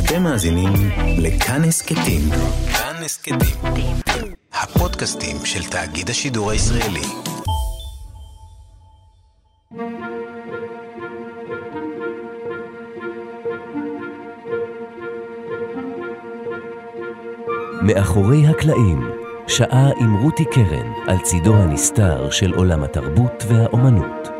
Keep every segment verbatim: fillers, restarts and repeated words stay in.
אתם מאזינים לכאן הסכתים. כאן הסכתים. הפודקאסטים של תאגיד השידור הישראלי. מאחורי הקלעים, שעה עם רותי קרן על צידו הנסתר של עולם התרבות והאומנות.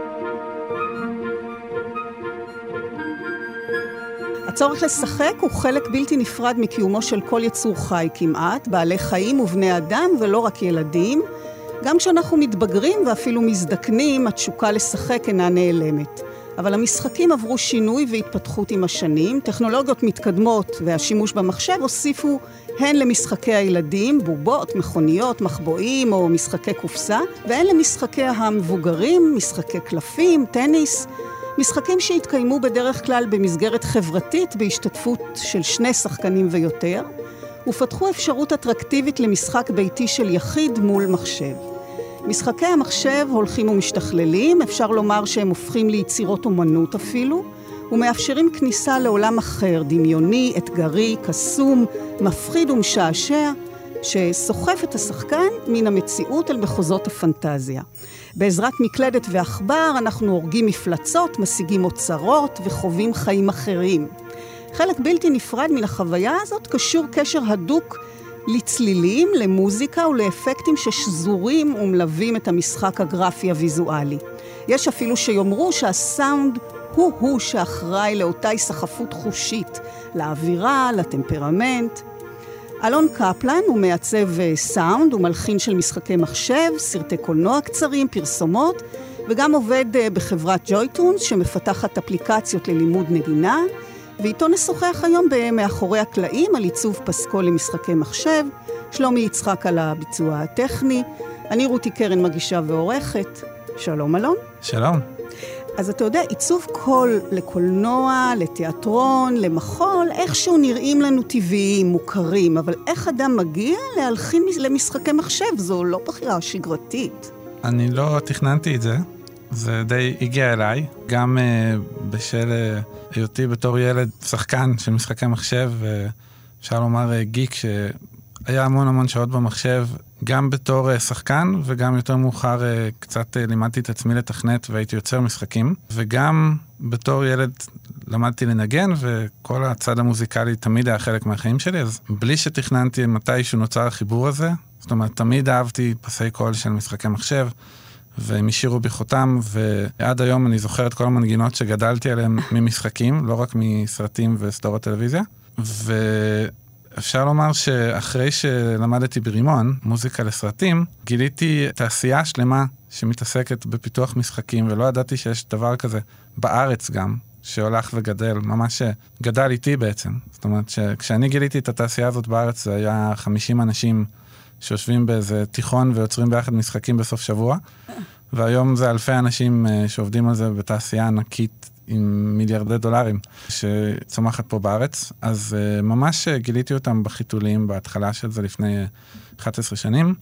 הצורך לשחק הוא חלק בלתי נפרד מקיומו של כל יצור חי כמעט, בעלי חיים ובני אדם ולא רק ילדים. גם כשאנחנו מתבגרים ואפילו מזדקנים, התשוקה לשחק אינה נעלמת. אבל המשחקים עברו שינוי והתפתחות עם השנים, טכנולוגיות מתקדמות והשימוש במחשב הוסיפו הן למשחקי הילדים, בובות, מכוניות, מחבואים או משחקי קופסה, והן למשחקי המבוגרים, משחקי קלפים, טניס, משחקים שהתקיימו בדרך כלל במסגרת חברתית בהשתתפות של שני שחקנים ויותר, ופתחו אפשרות אטרקטיבית למשחק ביתי של יחיד מול מחשב. משחקי המחשב הולכים ומשתכללים, אפשר לומר שהם הופכים ליצירות אומנות אפילו, ומאפשרים כניסה לעולם אחר, דמיוני, אתגרי, קסום, מפחיד ומשעשע, שסוחף את השחקן מן המציאות אל מחוזות הפנטזיה. בעזרת מקלדת ואחבר אנחנו הורגים מפלצות, משיגים אוצרות וחווים חיים אחרים. חלק בלתי נפרד מן החוויה הזאת קשור קשר הדוק לצלילים, למוזיקה ולאפקטים ששזורים ומלווים את המשחק הגרפי הוויזואלי. יש אפילו שיאמרו שהסאונד הוא-הוא שאחראי לאותה סחפות חושית, לאווירה, לטמפרמנט. אלון קפלן הוא מעצב סאונד, הוא מלחין של משחקי מחשב, סרטי קולנוע קצרים, פרסומות, וגם עובד בחברת ג'ויטונס שמפתחת אפליקציות ללימוד נגינה, ואיתו נשוחח היום מאחורי הקלעים על עיצוב פסקול למשחקי מחשב, שלומי יצחק על הביצוע הטכני, אני רותי קרן מגישה ועורכת. שלום אלון. שלום. אז אתה יודע, עיצוב קול לקולנוע, לתיאטרון, למחול, איכשהו נראים לנו טבעיים, מוכרים, אבל איך אדם מגיע להלחין למשחקי מחשב? זו לא בחירה שגרתית. אני לא תכננתי את זה, זה די הגיע אליי, גם uh, בשל uh, היותי בתור ילד שחקן של משחקי מחשב, אפשר uh, לומר uh, גיק שהיה המון המון שעות במחשב, גם בתור uh, שחקן וגם יותר מאוחר uh, קצת uh, לימדתי את עצמי לתכנת והייתי יוצר משחקים, וגם בתור ילד למדתי לנגן וכל הצד המוזיקלי תמיד היה חלק מהחיים שלי, אז בלי שתכננתי מתישהו נוצר החיבור הזה, זאת אומרת תמיד אהבתי פסי קול של משחקי מחשב, והם השאירו בי חותם, ועד היום אני זוכר את כל המנגינות שגדלתי עליהם ממשחקים, לא רק מסרטים וסדרות טלוויזיה, ואפשר לומר שאחרי שלמדתי ברימון, מוזיקה לסרטים, גיליתי תעשייה שלמה שמתעסקת בפיתוח משחקים, ולא ידעתי שיש דבר כזה בארץ גם, שהולך וגדל, ממש גדל איתי בעצם. זאת אומרת שכשאני גיליתי את התעשייה הזאת בארץ, זה היה חמישים אנשים שיושבים באיזה תיכון ויוצרים ביחד משחקים בסוף שבוע, והיום זה אלפי אנשים שעובדים על זה בתעשייה ענקית עם מיליארדי דולרים שצומחת פה בארץ, אז ממש גיליתי אותם בחיתולים בהתחלה של זה לפני אחת עשרה שנים,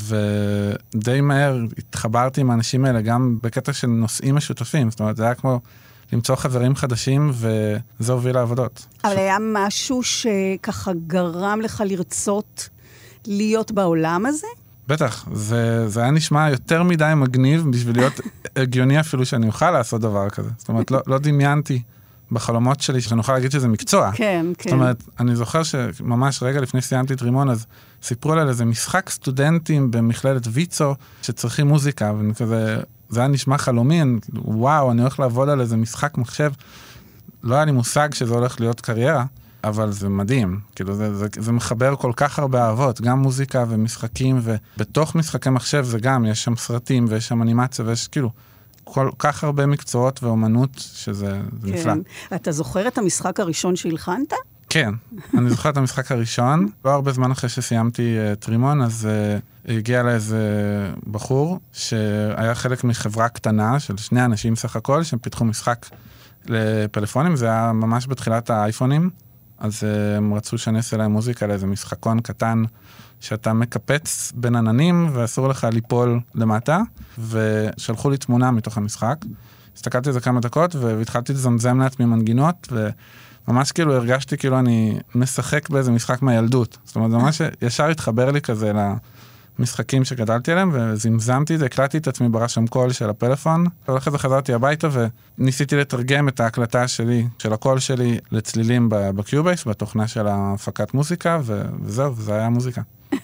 ודי מהר התחברתי עם האנשים האלה גם בקטע של נושאים משותפים, זאת אומרת זה היה כמו למצוא חברים חדשים וזה הוביל לעבודות. אבל היה משהו שככה גרם לך לרצות להיות בעולם הזה? בטח, זה, זה היה נשמע יותר מדי מגניב בשביל להיות הגיוני אפילו שאני אוכל לעשות דבר כזה. זאת אומרת, לא, לא דמיינתי בחלומות שלי שאני אוכל להגיד שזה מקצוע. כן, כן. זאת אומרת, אני זוכר שממש רגע לפני סיימתי את רימון, אז סיפרו עליי איזה משחק סטודנטים במכללת ויצו שצריכים מוזיקה, וכזה, זה היה נשמע חלומי, אני, וואו, אני הולך לעבוד על איזה משחק מחשב. לא היה לי מושג שזה הולך להיות קריירה, אבל זה מדהים, כאילו זה, זה, זה מחבר כל כך הרבה אהבות, גם מוזיקה ומשחקים, ובתוך משחקי מחשב זה גם, יש שם סרטים ויש שם אנימציה, ויש כאילו כל כך הרבה מקצועות ואומנות, שזה כן. נפלא. אתה זוכר את המשחק הראשון שהלחנת? כן, אני זוכר את המשחק הראשון, לא הרבה זמן אחרי שסיימתי את רימון, אז uh, הגיע לאיזה בחור, שהיה חלק מחברה קטנה, של שני אנשים סך הכל, שהם פיתחו משחק לפלאפונים, זה היה ממש בתחילת האייפונים, אז הם רצו שנעשה להם מוזיקה לאיזה משחקון קטן, שאתה מקפץ בין עננים, ואסור לך ליפול למטה, ושלחו לי תמונה מתוך המשחק. הסתכלתי על זה כמה דקות, והתחלתי לזמזם לעצמי מנגינות, ממש כאילו הרגשתי כאילו אני משחק באיזה משחק מהילדות. זאת אומרת, זה ממש ישר התחבר לי כזה למשחקים שגדלתי עליהם, וזמזמתי את זה, הקלטתי את עצמי ברשם קול של הפלאפון, ואחרי זה חזרתי הביתה וניסיתי לתרגם את ההקלטה שלי, של הקול שלי, לצלילים בקיובייס, בתוכנה של ההפקת מוזיקה, וזהו, וזה היה מוזיקה.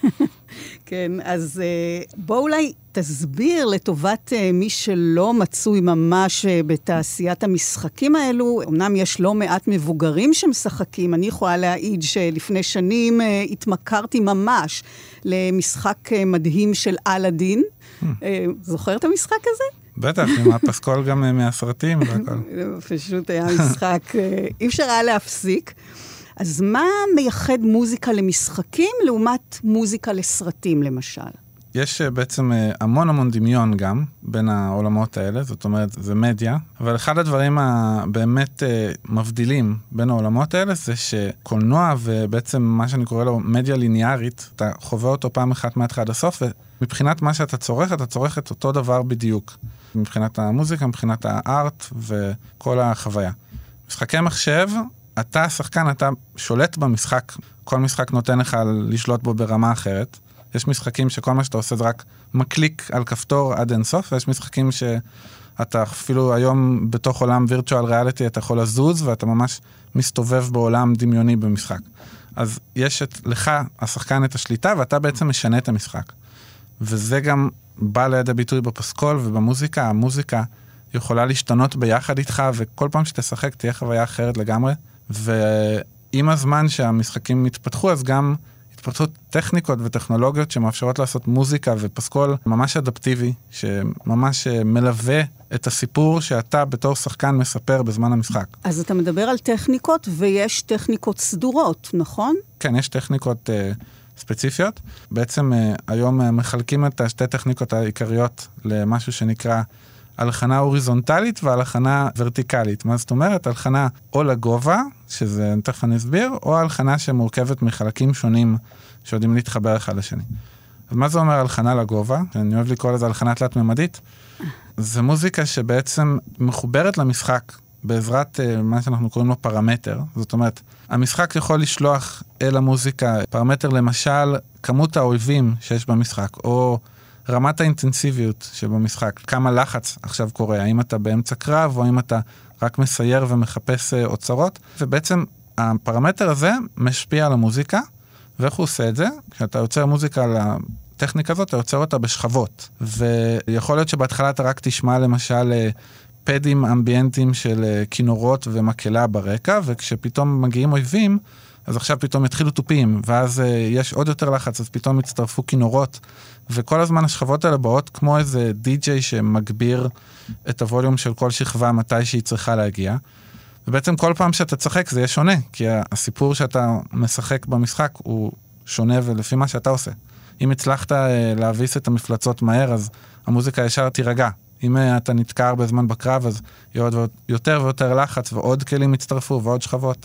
כן, אז בוא אולי תסביר לטובת מי שלא מצוי ממש בתעשיית המשחקים האלו. אמנם יש לא מעט מבוגרים שמשחקים, אני יכולה להעיד שלפני שנים התמכרתי ממש למשחק מדהים של אלאדין. זוכר את המשחק הזה? בטח, עם הפסקול גם מהסרטים והכל. פשוט היה משחק, אי אפשר היה להפסיק. אז מה מייחד מוזיקה למשחקים לעומת מוזיקה לסרטים, למשל? יש בעצם המון המון דמיון גם בין העולמות האלה, זאת אומרת, זה מדיה, אבל אחד הדברים הבאמת מבדילים בין העולמות האלה, זה שקולנוע ובעצם מה שאני קורא לו מדיה ליניארית, אתה חווה אותו פעם אחת מהתחלה עד הסוף, ומבחינת מה שאתה צורך, אתה צורך את אותו דבר בדיוק. מבחינת המוזיקה, מבחינת הארט וכל החוויה. משחקי מחשב, אתה שחקן, אתה שולט במשחק, כל משחק נותן לך לשלוט בו ברמה אחרת. יש משחקים שכל מה שאתה עושה זה רק מקליק על כפתור עד אינסוף, ויש משחקים שאתה אפילו היום בתוך עולם וירטואל ריאליטי, אתה יכול לזוז ואתה ממש מסתובב בעולם דמיוני במשחק. אז יש את, לך, השחקן, את השליטה, ואתה בעצם משנה את המשחק. וזה גם בא ליד הביטוי בפסקול ובמוזיקה. המוזיקה יכולה להשתנות ביחד איתך, וכל פעם שתשחק תהיה חוויה אחרת לגמרי. ועם הזמן שהמשחקים מתפתחו, אז גם התפתחו טכניקות וטכנולוגיות שמאפשרות לעשות מוזיקה ופסקול ממש אדפטיבי, שממש מלווה את הסיפור שאתה בתור שחקן מספר בזמן המשחק. אז אתה מדבר על טכניקות, ויש טכניקות סדורות, נכון? כן, יש טכניקות uh, ספציפיות. בעצם uh, היום מחלקים את השתי טכניקות העיקריות למשהו שנקרא הלחנה הוריזונטלית והלחנה ורטיקלית. מה זאת אומרת? הלחנה או לגובה, שזה תכף אני אסביר, או הלחנה שמורכבת מחלקים שונים שיודעים להתחבר אחד לשני. אז מה זה אומר הלחנה לגובה? אני אוהב לקרוא לזה הלחנה תלת-ממדית. זה מוזיקה שבעצם מחוברת למשחק בעזרת uh, מה שאנחנו קוראים לו פרמטר. זאת אומרת, המשחק יכול לשלוח אל המוזיקה פרמטר, למשל, כמות האויבים שיש במשחק, או רמת האינטנסיביות שבמשחק, כמה לחץ עכשיו קורה, האם אתה באמצע קרב, או האם אתה רק מסייר ומחפש אוצרות, ובעצם הפרמטר הזה משפיע על המוזיקה, ואיך הוא עושה את זה? כשאתה יוצר מוזיקה לטכניקה הזאת, אתה יוצר אותה בשכבות, ויכול להיות שבהתחלה אתה רק תשמע למשל פדים אמביאנטים של כינורות ומקהלה ברקע, וכשפתאום מגיעים אויבים, אז עכשיו פתאום יתחילו טופים, ואז uh, יש עוד יותר לחץ, אז פתאום יצטרפו כינורות, וכל הזמן השכבות האלה באות כמו איזה די-ג'יי שמגביר את הווליום של כל שכבה מתי שהיא צריכה להגיע, ובעצם כל פעם שאתה צחק זה יהיה שונה, כי הסיפור שאתה משחק במשחק הוא שונה ולפי מה שאתה עושה. אם הצלחת uh, להביס את המפלצות מהר, אז המוזיקה ישר תירגע. אם uh, אתה נתקע הרבה זמן בקרב, אז יהיה עוד יותר ויותר לחץ, ועוד כלים יצטרפו ועוד שכבות.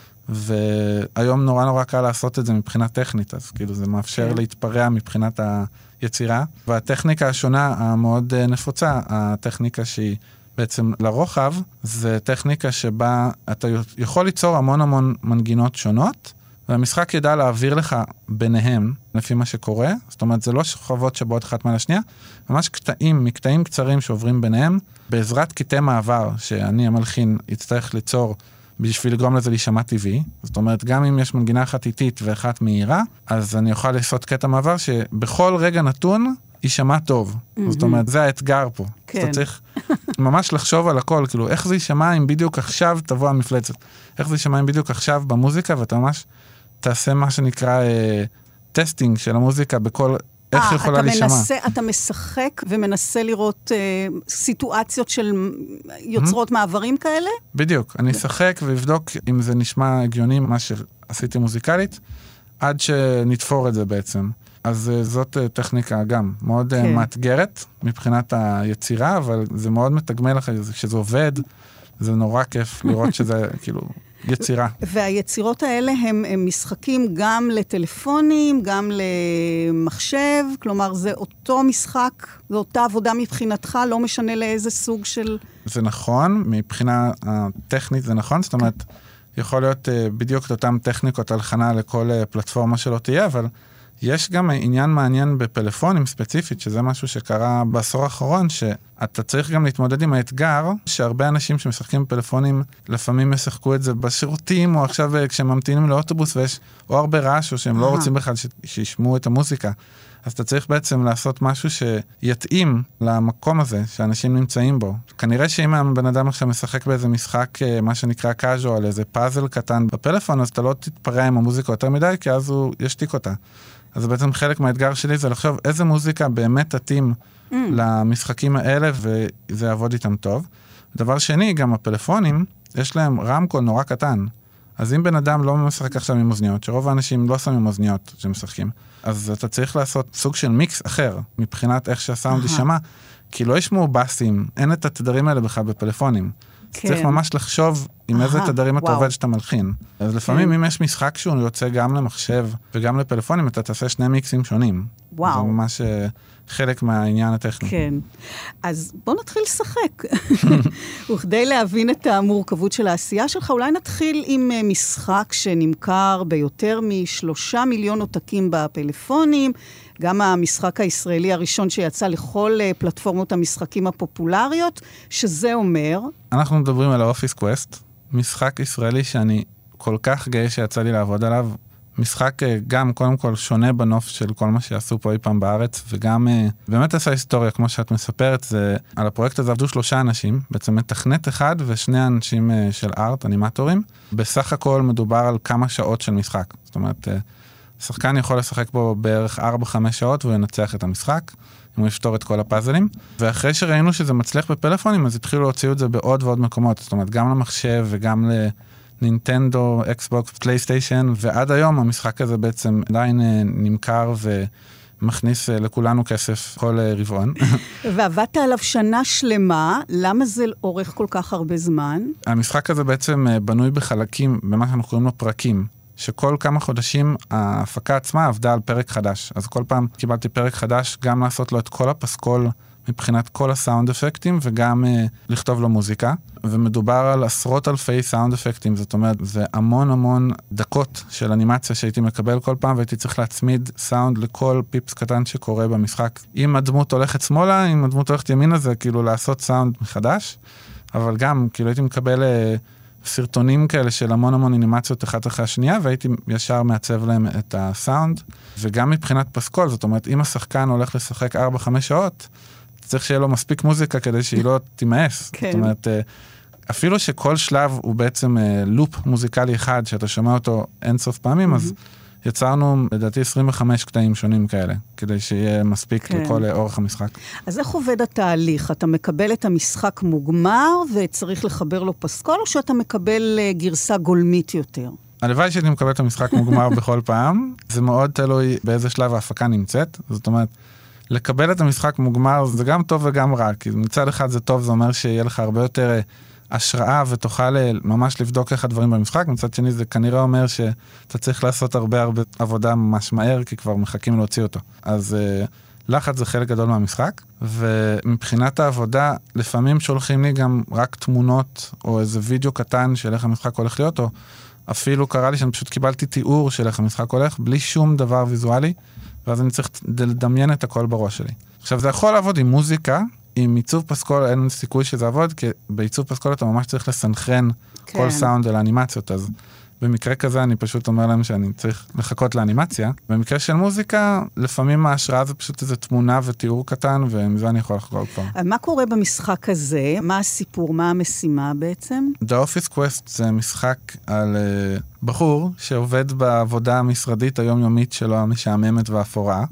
והיום נורא נורא קל לעשות את זה מבחינה טכנית, אז כאילו זה מאפשר כן. להתפרע מבחינת היצירה, והטכניקה השונה המאוד נפוצה, הטכניקה שהיא בעצם לרוחב, זה טכניקה שבה אתה יכול ליצור המון המון מנגינות שונות, והמשחק ידע להעביר לך ביניהם, לפי מה שקורה, זאת אומרת זה לא שכבות שבאות אחת מעל השנייה, ממש קטעים, מקטעים קצרים שעוברים ביניהם, בעזרת קטעי מעבר, שאני המלחין יצטרך ליצור בשביל לגרום לזה להישמע טבעי. זאת אומרת, גם אם יש מנגינה אחת איטית ואחת מהירה, אז אני אוכל לעשות קטע מעבר שבכל רגע נתון יישמע טוב. Mm-hmm. זאת אומרת, זה האתגר פה. כן. אתה צריך ממש לחשוב על הכל, כאילו, איך זה יישמע אם בדיוק עכשיו תבוא המפלצת? איך זה יישמע אם בדיוק עכשיו במוזיקה, ואתה ממש תעשה מה שנקרא אה, טסטינג של המוזיקה בכל איך 아, יכולה להישמע. מנסה, אתה משחק ומנסה לראות אה, סיטואציות של יוצרות mm-hmm. מעברים כאלה? בדיוק. אני אשחק ובדוק אם זה נשמע הגיוני מה שעשיתי מוזיקלית, עד שנתפור את זה בעצם. אז זאת טכניקה גם מאוד כן. מאתגרת מבחינת היצירה, אבל זה מאוד מתגמל לך, כשזה עובד, זה נורא כיף לראות שזה כאילו יצירה. והיצירות האלה הם, הם משחקים גם לטלפונים, גם למחשב, כלומר זה אותו משחק, זו אותה עבודה מבחינתך, לא משנה לאיזה סוג של... זה נכון, מבחינה הטכנית זה נכון, זאת אומרת, יכול להיות בדיוק את אותם טכניקות הלחנה לכל פלטפורמה שלא תהיה, אבל יש גם עניין מעניין בפלאפונים ספציפית, שזה משהו שקרה בעשור האחרון, שאתה צריך גם להתמודד עם האתגר, שהרבה אנשים שמשחקים בפלאפונים, לפעמים משחקו את זה בשירותים, או עכשיו כשממתינים לאוטובוס, ויש או הרבה רעש, או שהם לא רוצים בכלל שישמעו את המוזיקה. אז אתה צריך בעצם לעשות משהו שיתאים למקום הזה, שאנשים נמצאים בו. כנראה שאם הבן אדם עכשיו משחק באיזה משחק, מה שנקרא casual, איזה פאזל קטן בפלאפון, אז אתה לא תתפרע עם המוזיקה יותר מדי, כי אז הוא ישתיק אותה. אז בעצם חלק מהאתגר שלי זה לחשוב איזה מוזיקה באמת תתאים mm. למשחקים האלה, וזה יעבוד איתם טוב. דבר שני, גם הפלאפונים, יש להם רמקול נורא קטן. אז אם בן אדם לא משחק עכשיו עם אוזניות, שרוב האנשים לא שמים אוזניות שמשחקים, אז אתה צריך לעשות סוג של מיקס אחר, מבחינת איך שהסאונד יישמע, כי לא ישמעו בסים, אין את התדרים האלה בכלל בפלאפונים. כן. צריך ממש לחשוב עם איזה תדרים אתה עובד שאתה מלחין. אז לפעמים אם יש משחק שהוא יוצא גם למחשב וגם לפלאפונים, אתה תעשה שני מיקסים שונים. וואו. זה ממש חלק מהעניין הטכני. כן. אז בוא נתחיל לשחק. וכדי להבין את המורכבות של העשייה שלך, אולי נתחיל עם משחק שנמכר ביותר משלושה מיליון עותקים בפלאפונים, גם המשחק הישראלי הראשון שיצא לכל פלטפורמות המשחקים הפופולריות, שזה אומר... אנחנו מדברים על האופיס קווסט, משחק ישראלי שאני כל כך גאה שיצא לי לעבוד עליו, משחק גם קודם כל שונה בנוף של כל מה שעשו פה אי פעם בארץ, וגם באמת עשה היסטוריה, כמו שאת מספרת, זה, על הפרויקט הזה עבדו שלושה אנשים, בעצם מתכנת אחד ושני אנשים של ארט, אנימטורים, בסך הכל מדובר על כמה שעות של משחק, זאת אומרת, שחקן יכול לשחק בו בערך ארבע חמש שעות, והוא ינצח את המשחק, אם הוא יפתור את כל הפאזלים, ואחרי שראינו שזה מצליח בפלאפונים, אז התחילו להוציא את זה בעוד ועוד מקומות, זאת אומרת, גם למחשב וגם לנינטנדו, אקסבוקס, פלייסטיישן, ועד היום המשחק הזה בעצם עדיין נמכר ומכניס לכולנו כסף כל רבעון. ועבדת עליו שנה שלמה, למה זה אורך כל כך הרבה זמן? המשחק הזה בעצם בנוי בחלקים, במה שאנחנו קוראים לו פרקים. שכל כמה חודשים ההפקה עצמה עבדה על פרק חדש. אז כל פעם קיבלתי פרק חדש, גם לעשות לו את כל הפסקול מבחינת כל הסאונד אפקטים, וגם uh, לכתוב לו מוזיקה. ומדובר על עשרות אלפי סאונד אפקטים, זאת אומרת, זה המון המון דקות של אנימציה שהייתי מקבל כל פעם, והייתי צריך להצמיד סאונד לכל פיפס קטן שקורה במשחק. אם הדמות הולכת שמאלה, אם הדמות הולכת ימינה, זה כאילו לעשות סאונד מחדש, אבל גם, כאילו הייתי מקבל... Uh, סרטונים כאלה של המון המון אנימציות אחת אחרי השנייה, והייתי ישר מעצב להם את הסאונד, וגם מבחינת פסקול, זאת אומרת, אם השחקן הולך לשחק ארבע חמש שעות, צריך שיהיה לו מספיק מוזיקה כדי שהיא לא תימאס. כן. זאת אומרת, אפילו שכל שלב הוא בעצם לופ מוזיקלי אחד, שאתה שומע אותו אינסוף פעמים, mm-hmm. אז יצרנו, לדעתי, עשרים וחמישה קטעים שונים כאלה, כדי שיהיה מספיק כן. לכל אורך המשחק. אז איך עובד התהליך? אתה מקבל את המשחק מוגמר, וצריך לחבר לו פסקול, או שאתה מקבל גרסה גולמית יותר? הלוואי שאני מקבל את המשחק מוגמר בכל פעם. זה מאוד תלוי באיזה שלב ההפקה נמצאת. זאת אומרת, לקבל את המשחק מוגמר זה גם טוב וגם רע, כי מצד אחד זה טוב, זה אומר שיהיה לך הרבה יותר... השראה ותוכל ממש לבדוק איך הדברים במשחק, מצד שני זה כנראה אומר שאתה צריך לעשות הרבה הרבה עבודה ממש מהר, כי כבר מחכים להוציא אותו. אז uh, לחץ זה חלק גדול מהמשחק, ומבחינת העבודה, לפעמים שולחים לי גם רק תמונות, או איזה וידאו קטן של איך המשחק הולך להיות, או אפילו קרה לי שאני פשוט קיבלתי תיאור של איך המשחק הולך, בלי שום דבר ויזואלי, ואז אני צריך לדמיין את הכל בראש שלי. עכשיו זה יכול לעבוד עם מוזיקה, עם עיצוב פסקול אין סיכוי שזה עבוד, כי בעיצוב פסקול אתה ממש צריך לסנכרן כן. כל סאונד על האנימציות, אז במקרה כזה אני פשוט אומר להם שאני צריך לחכות לאנימציה. במקרה של מוזיקה, לפעמים ההשראה זה פשוט איזו תמונה ותיאור קטן, ומזה אני יכול לחכות כבר. מה קורה במשחק הזה? מה הסיפור? מה המשימה בעצם? The Office Quest זה משחק על uh, בחור שעובד בעבודה המשרדית היומיומית שלו, המשעממת והאפורה,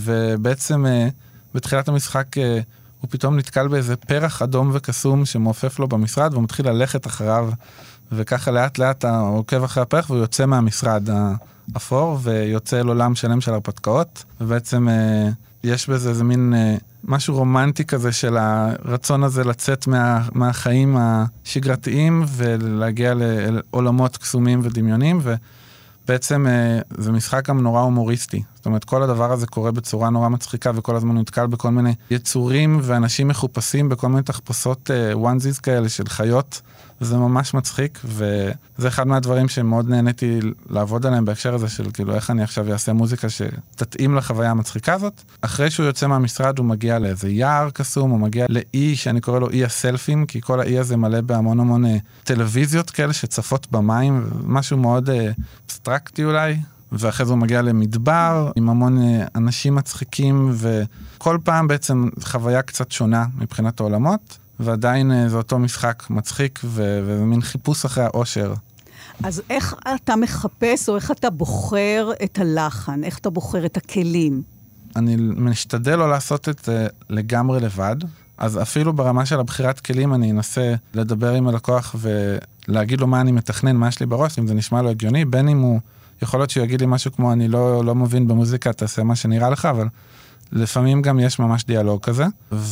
ובעצם uh, בתחילת המשחק... Uh, הוא פתאום נתקל באיזה פרח אדום וקסום שמעופף לו במשרד, והוא מתחיל ללכת אחריו, וככה לאט לאט הוא עוקב אחרי הפרח, והוא יוצא מהמשרד האפור, ויוצא לעולם שלם של הרפתקאות, ובעצם אה, יש בזה איזה מין אה, משהו רומנטי כזה, של הרצון הזה לצאת מה, מהחיים השגרתיים, ולהגיע לעולמות קסומים ודמיונים, ו... בעצם זה משחק גם נורא הומוריסטי. זאת אומרת, כל הדבר הזה קורה בצורה נורא מצחיקה, וכל הזמן הוא נתקל בכל מיני יצורים, ואנשים מחופשים בכל מיני תחפושות וואנזיז כאלה של חיות, וזה ממש מצחיק, וזה אחד מהדברים שמאוד נהניתי לעבוד עליהם בהקשר הזה של כאילו איך אני עכשיו אעשה מוזיקה שתתאים לחוויה המצחיקה הזאת. אחרי שהוא יוצא מהמשרד הוא מגיע לאיזה יער קסום, הוא מגיע לאי שאני קורא לו אי הסלפים, כי כל האי הזה מלא בהמון המון טלוויזיות כאלה שצפות במים, משהו מאוד אבסטרקטי אולי, ואחרי זה הוא מגיע למדבר עם המון אנשים מצחיקים, וכל פעם בעצם חוויה קצת שונה מבחינת העולמות, ועדיין זה אותו משחק מצחיק ומין חיפוש אחרי האושר. אז איך אתה מחפש או איך אתה בוחר את הלחן? איך אתה בוחר את הכלים? אני משתדל לא לעשות את זה לגמרי לבד, אז אפילו ברמה של הבחירת כלים אני אנסה לדבר עם הלקוח ולהגיד לו מה אני מתכנן, מה יש לי בראש, אם זה נשמע לו הגיוני, בין אם הוא יכול להיות שהוא יגיד לי משהו כמו אני לא, לא מבין במוזיקה, תעשה מה שנראה לך, אבל לפעמים גם יש ממש דיאלוג כזה,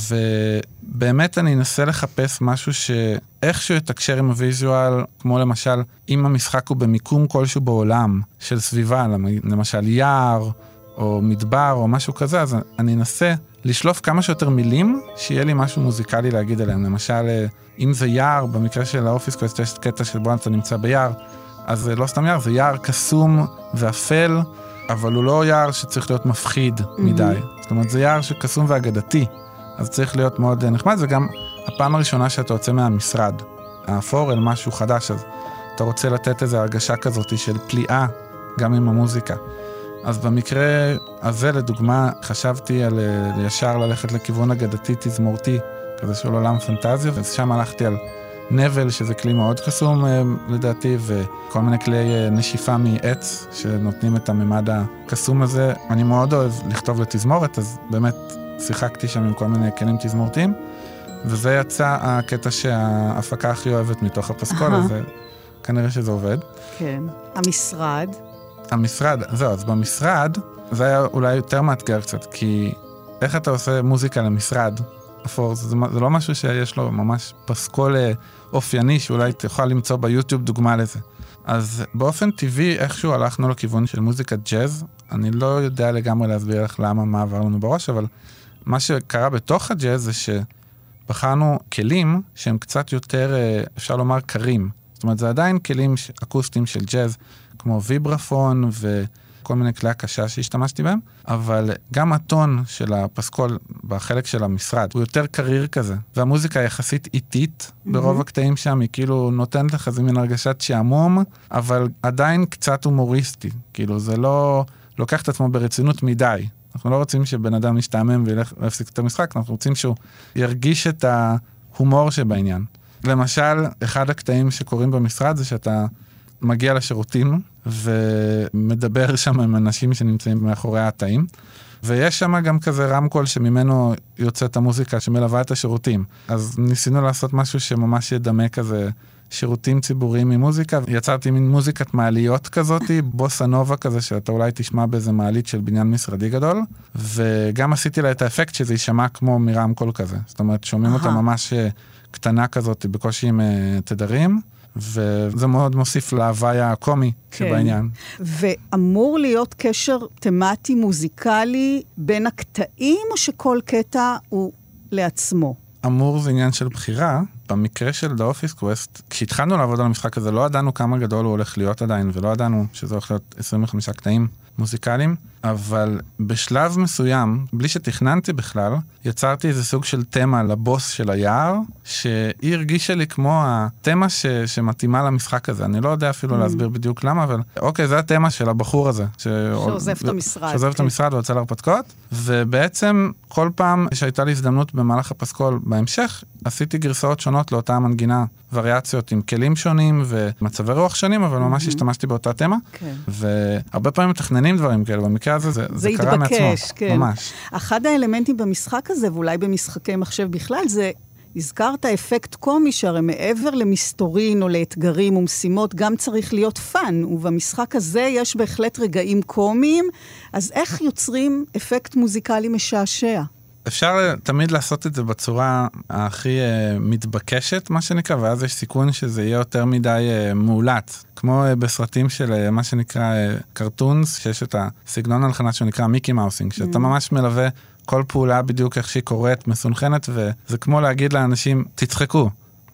ובאמת אני אנסה לחפש משהו שאיכשהו יתקשר עם הוויז'ואל, כמו למשל, אם המשחק הוא במיקום כלשהו בעולם של סביבה, למשל יער, או מדבר, או משהו כזה, אז אני אנסה לשלוף כמה שיותר מילים, שיהיה לי משהו מוזיקלי להגיד עליהם. למשל, אם זה יער, במקרה של האופיס קווסט, יש קטע של בו אתה נמצא ביער, אז זה לא סתם יער, זה יער קסום ואפל, אבל הוא לא יער שצריך להיות מפחיד מדי. זאת אומרת, זה יער שקסום ואגדתי, אז צריך להיות מאוד נחמד, זה גם הפעם הראשונה שאתה יוצא מהמשרד, האפור אל משהו חדש, אז אתה רוצה לתת איזו הרגשה כזאת של פליאה, גם עם המוזיקה. אז במקרה הזה, לדוגמה, חשבתי על ישר ללכת לכיוון אגדתי תזמורתי, כזה של עולם פנטזיה, ושם הלכתי על נבל, שזה כלי מאוד קסום לדעתי, וכל מיני כלי נשיפה מעץ, שנותנים את הממד הקסום הזה. אני מאוד אוהב לכתוב לתזמורת, אז באמת שיחקתי שם עם כל מיני כלים תזמורתיים, וזה יצא הקטע שההפקה הכי אוהבת מתוך הפסקול, אז כנראה שזה עובד. כן. המשרד? המשרד, זהו, אז במשרד, זה היה אולי יותר מאתגר קצת, כי איך אתה עושה מוזיקה למשרד? אפור, זה, זה לא משהו שיש לו ממש פסקול אופייני, שאולי תוכל למצוא ביוטיוב דוגמה לזה. אז באופן טבעי, איכשהו הלכנו לכיוון של מוזיקת ג'אז, אני לא יודע לגמרי להסביר לך למה, מה עבר לנו בראש, אבל מה שקרה בתוך הג'אז זה שבחרנו כלים שהם קצת יותר, אפשר לומר, קרים. זאת אומרת, זה עדיין כלים אקוסטיים של ג'אז, כמו ויברפון וכל מיני כלי הקשה שהשתמשתי בהם, אבל גם הטון של הפסקול בחלק של המשרד הוא יותר קריר כזה, והמוזיקה יחסית איטית ברוב הקטעים שם, היא כאילו נותנת לך איזה מין הרגשת שעמום, אבל עדיין קצת הומוריסטי, כאילו זה לא לוקח את עצמו ברצינות מדי. אנחנו לא רוצים שבן אדם ישתעמם וילך להפסיק את המשחק, אנחנו רוצים שהוא ירגיש את ההומור שבעניין. למשל, אחד הקטעים שקורים במשרד זה שאתה מגיע לשירותים ומדבר שם עם אנשים שנמצאים מאחורי התאים, ויש שם גם כזה רמקול שממנו יוצאת המוזיקה שמלווה את השירותים. אז ניסינו לעשות משהו שממש ידמה כזה שירותים ציבוריים ממוזיקה, יצרתי מין מוזיקת מעליות כזאת, בוסה נובה כזה שאתה אולי תשמע באיזה מעלית של בניין משרדי גדול, וגם עשיתי לה את האפקט שזה יישמע כמו מרמקול כזה. זאת אומרת, שומעים אותה ממש קטנה כזאת, בקושי עם תדרים, וזה מאוד מוסיף להוויה הקומי שבעניין. ואמור להיות קשר תמטי מוזיקלי בין הקטעים, או שכל קטע הוא לעצמו? אמור זה עניין של בחירה. במקרה של The Office Quest, כשהתחלנו לעבוד על המשחק הזה, לא ידענו כמה גדול הוא הולך להיות עדיין, ולא ידענו שזה הולך להיות עשרים וחמישה קטעים מוזיקליים, אבל בשלב מסוים, בלי שתכננתי בכלל, יצרתי איזה סוג של תמה לבוס של היער, שהיא הרגישה לי כמו התמה ש... שמתאימה למשחק הזה. אני לא יודע אפילו mm. להסביר בדיוק למה, אבל אוקיי, זה התמה של הבחור הזה. ש... שעוזב את המשרד. שעוזב את המשרד ויוצא להרפתקאות, ובעצם כל פעם שהייתה לי הזדמנות במהלך הפסקול בהמשך, עשיתי גרסאות שונות לאותה המנגינה, וריאציות עם כלים שונים ומצבי רוח שונים, אבל ממש mm-hmm. השתמשתי באותה תמה. כן. והרבה פעמים מתכננים דברים כאלה, במקרה הזה זה, זה, זה קרה מעצמו. כן. ממש. אחד האלמנטים במשחק הזה, ואולי במשחקי מחשב בכלל, זה הזכרת אפקט קומי, שהרי מעבר למסתורין או לאתגרים ומשימות, גם צריך להיות פן, ובמשחק הזה יש בהחלט רגעים קומיים, אז איך יוצרים אפקט מוזיקלי משעשע? אפשר תמיד לעשות את זה בצורה הכי uh, מתבקשת, מה שנקרא, ואז יש סיכון שזה יהיה יותר מדי uh, מעולת. כמו uh, בסרטים של uh, מה שנקרא קרטונס, uh, שיש את הסגנון הלחנה שנקרא מיקי מאוסינג, שאתה mm. ממש מלווה כל פעולה בדיוק איך שהיא קורית, מסונכנת, וזה כמו להגיד לאנשים, תצחקו.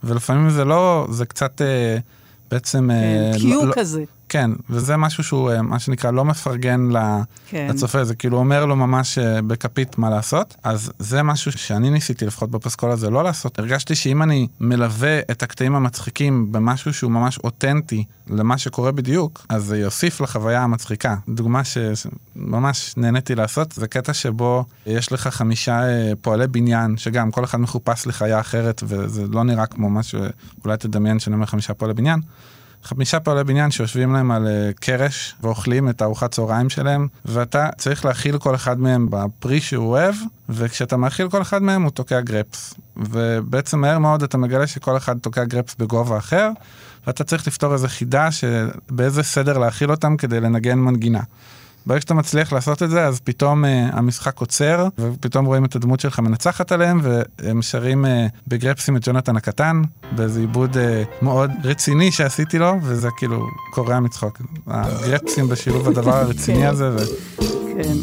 ולפעמים זה לא, זה קצת בעצם... קיו כזה. כן, וזה משהו שהוא, מה שנקרא, לא מפרגן לצופה, זה כאילו אומר לו ממש בכפית מה לעשות, אז זה משהו שאני ניסיתי לפחות בפסקול הזה לא לעשות. הרגשתי שאם אני מלווה את הקטעים המצחיקים במשהו שהוא ממש אותנטי למה שקורה בדיוק, אז זה יוסיף לחוויה המצחיקה. דוגמה שממש נהניתי לעשות, זה קטע שבו יש לך חמישה פועלי בניין, שגם כל אחד מחופש לחיה אחרת, וזה לא נראה כמו משהו, אולי תדמיין שאני אומר חמישה פועלי בניין, חמישה פועלי בניין שיושבים להם על קרש ואוכלים את הארוחת צהריים שלהם, ואתה צריך להכיל כל אחד מהם בפרי שהוא אוהב, וכשאתה מאכיל כל אחד מהם הוא תוקע גרפס. ובעצם מהר מאוד אתה מגלה שכל אחד תוקע גרפס בגובה אחר, ואתה צריך לפתור איזו חידה שבאיזה סדר להכיל אותם כדי לנגן מנגינה. ברגע שאתה מצליח לעשות את זה, אז פתאום uh, המשחק עוצר, ופתאום רואים את הדמות שלך מנצחת עליהם, והם שרים uh, בגרפסים את ג'ונתן הקטן, באיזה עיבוד uh, מאוד רציני שעשיתי לו, וזה כאילו קורע מצחוק. הגרפסים בשילוב הדבר הרציני הזה. ו... כן.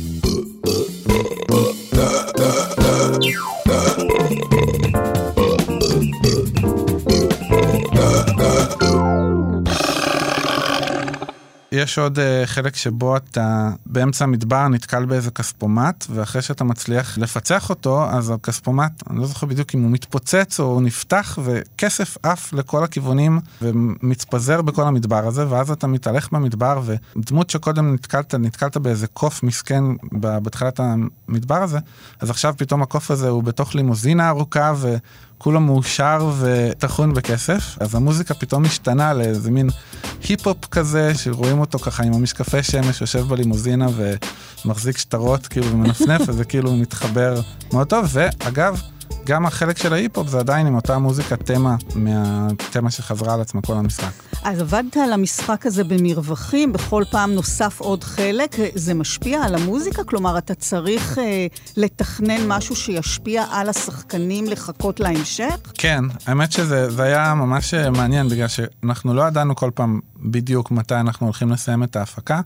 יש עוד uh, חלק שבו אתה באמצע המדבר נתקל באיזה כספומט, ואחרי שאתה מצליח לפצח אותו, אז הכספומט, אני לא זוכר בדיוק אם הוא מתפוצץ או הוא נפתח, וכסף עף לכל הכיוונים, ומתפזר בכל המדבר הזה, ואז אתה מתהלך במדבר, ודמות שקודם נתקלת, נתקלת באיזה קוף מסכן בתחילת המדבר הזה, אז עכשיו פתאום הקוף הזה הוא בתוך לימוזינה ארוכה, ו... כולו מאושר ותחון בכסף, אז המוזיקה פתאום משתנה לאיזה מין היפ-הופ כזה, שרואים אותו ככה עם המשקפי שמש, יושב בלימוזינה ומחזיק שטרות כאילו ומנפנף, אז זה כאילו מתחבר מאוד טוב, ואגב, גם החלק של ההיפ-הופ זה עדיין עם אותה מוזיקה תמה מהתמה שחזרה על עצמה כל המשחק. אז עבדת על המשחק הזה במרווחים, בכל פעם נוסף עוד חלק, זה משפיע על המוזיקה? כלומר, אתה צריך אה, לתכנן משהו שישפיע על השחקנים לחכות להמשך? כן, האמת שזה זה היה ממש מעניין, בגלל שאנחנו לא ידענו כל פעם בדיוק מתי אנחנו הולכים לסיים את ההפקה,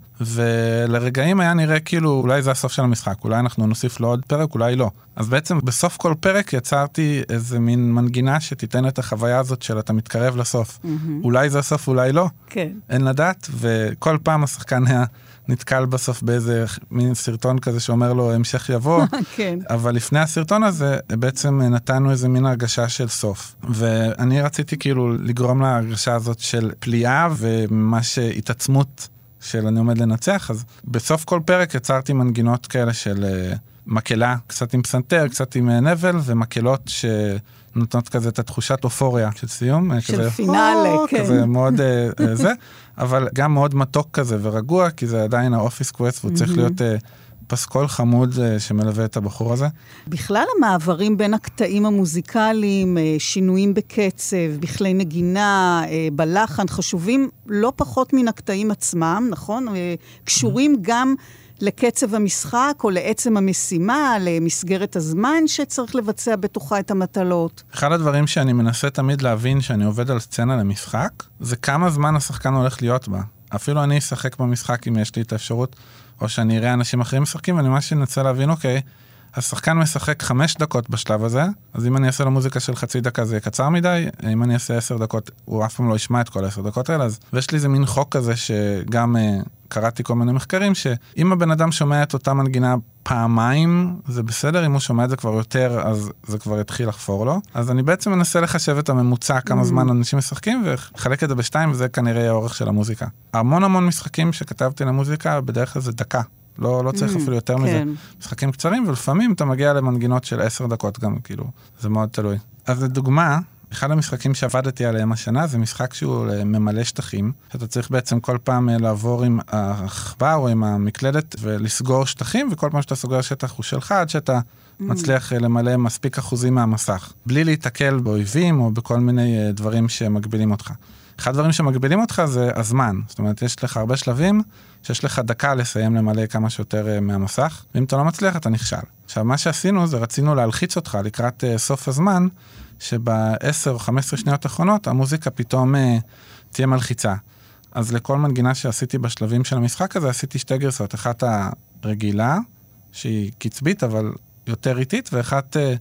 ולרגעים היה נראה כאילו אולי זה הסוף של המשחק, אולי אנחנו נוסיף לו עוד פרק, אולי לא. אז בעצם בסוף כל פרק יצרתי איזה מין מנגינה שתיתן את החוויה הזאת של אתה מתקרב לסוף. Mm-hmm. אולי זה הסוף, אולי לא. כן. אין לדעת, וכל פעם השחקן היה נתקל בסוף באיזה מין סרטון כזה שאומר לו המשך יבוא, כן. אבל לפני הסרטון הזה בעצם נתנו איזה מין הרגשה של סוף. ואני רציתי כאילו לגרום להרגשה הזאת של פליאה וממש התעצמות של אני עומד לנצח, אז בסוף כל פרק יצרתי מנגינות כאלה של מקלה, קצת עם פסנתר, קצת עם נבל, ומקלות שנותנות כזה את התחושת אופוריה של סיום. של כזה, פינאלה, או, כן. כזה מאוד זה, אבל גם מאוד מתוק כזה ורגוע, כי זה עדיין האופיס קווסט, והוא צריך להיות פסקול חמוד שמלווה את הבחור הזה. בכלל המעברים בין הקטעים המוזיקליים, שינויים בקצב, בכלי נגינה, בלחן, חשובים לא פחות מן הקטעים עצמם, נכון? קשורים גם לקצב המשחק או לעצם המשימה, למסגרת הזמן שצריך לבצע בתוכה את המטלות. אחד הדברים שאני מנסה תמיד להבין שאני עובד על סצנה למשחק, זה כמה זמן השחקן הולך להיות בה. אפילו אני אשחק במשחק אם יש לי את האפשרות, או שאני אראה אנשים אחרים משחקים, ואני ממש אנסה להבין, אוקיי, השחקן משחק חמש דקות בשלב הזה, אז אם אני אעשה לו מוזיקה של חצי דקה זה יהיה קצר מדי, אם אני אעשה עשר דקות, הוא אף פעם לא ישמע את כל עשר דקות האלה, אז ויש לי איזה מין חוק כזה שגם uh, קראתי כל מיני מחקרים, שאם הבן אדם שומע את אותה מנגינה פעמיים, זה בסדר, אם הוא שומע את זה כבר יותר, אז זה כבר יתחיל לחפור לו. אז אני בעצם מנסה לחשב את הממוצע, כמה זמן אנשים משחקים, וחלק את זה בשתיים, וזה כנראה האורך של המוזיקה. המון המון משחקים שכתבתי למוזיקה, בדרך כלל זה דקה. לא, לא צריך אפילו יותר מזה. משחקים קצרים, ולפעמים אתה מגיע למנגינות של עשר דקות גם, כאילו, זה מאוד תלוי. אז לדוגמה, אחד המשחקים שעבדתי עליהם השנה, זה משחק שהוא ממלא שטחים, שאתה צריך בעצם כל פעם לעבור עם העכבר או עם המקלדת ולסגור שטחים, וכל פעם שאתה סוגר שטח הוא שלך, עד שאתה מצליח למלא מספיק אחוזים מהמסך, בלי להתקל באויבים או בכל מיני דברים שמגבילים אותך. אחד הדברים שמגבילים אותך זה הזמן, זאת אומרת, יש לך הרבה שלבים, שיש לך דקה לסיים למלא כמה שיותר מהמסך, ואם אתה לא מצליח, אתה נכשל. עכשיו, מה שעשינו זה רצינו להלחיץ אותך לקראת סוף הזמן, שב-עשר או חמש עשרה שניות האחרונות, המוזיקה פתאום אה, תהיה מלחיצה. אז לכל מנגינה שעשיתי בשלבים של המשחק הזה, עשיתי שתי גרסות. אחת הרגילה, שהיא קצבית, אבל יותר איטית, ואחת אה,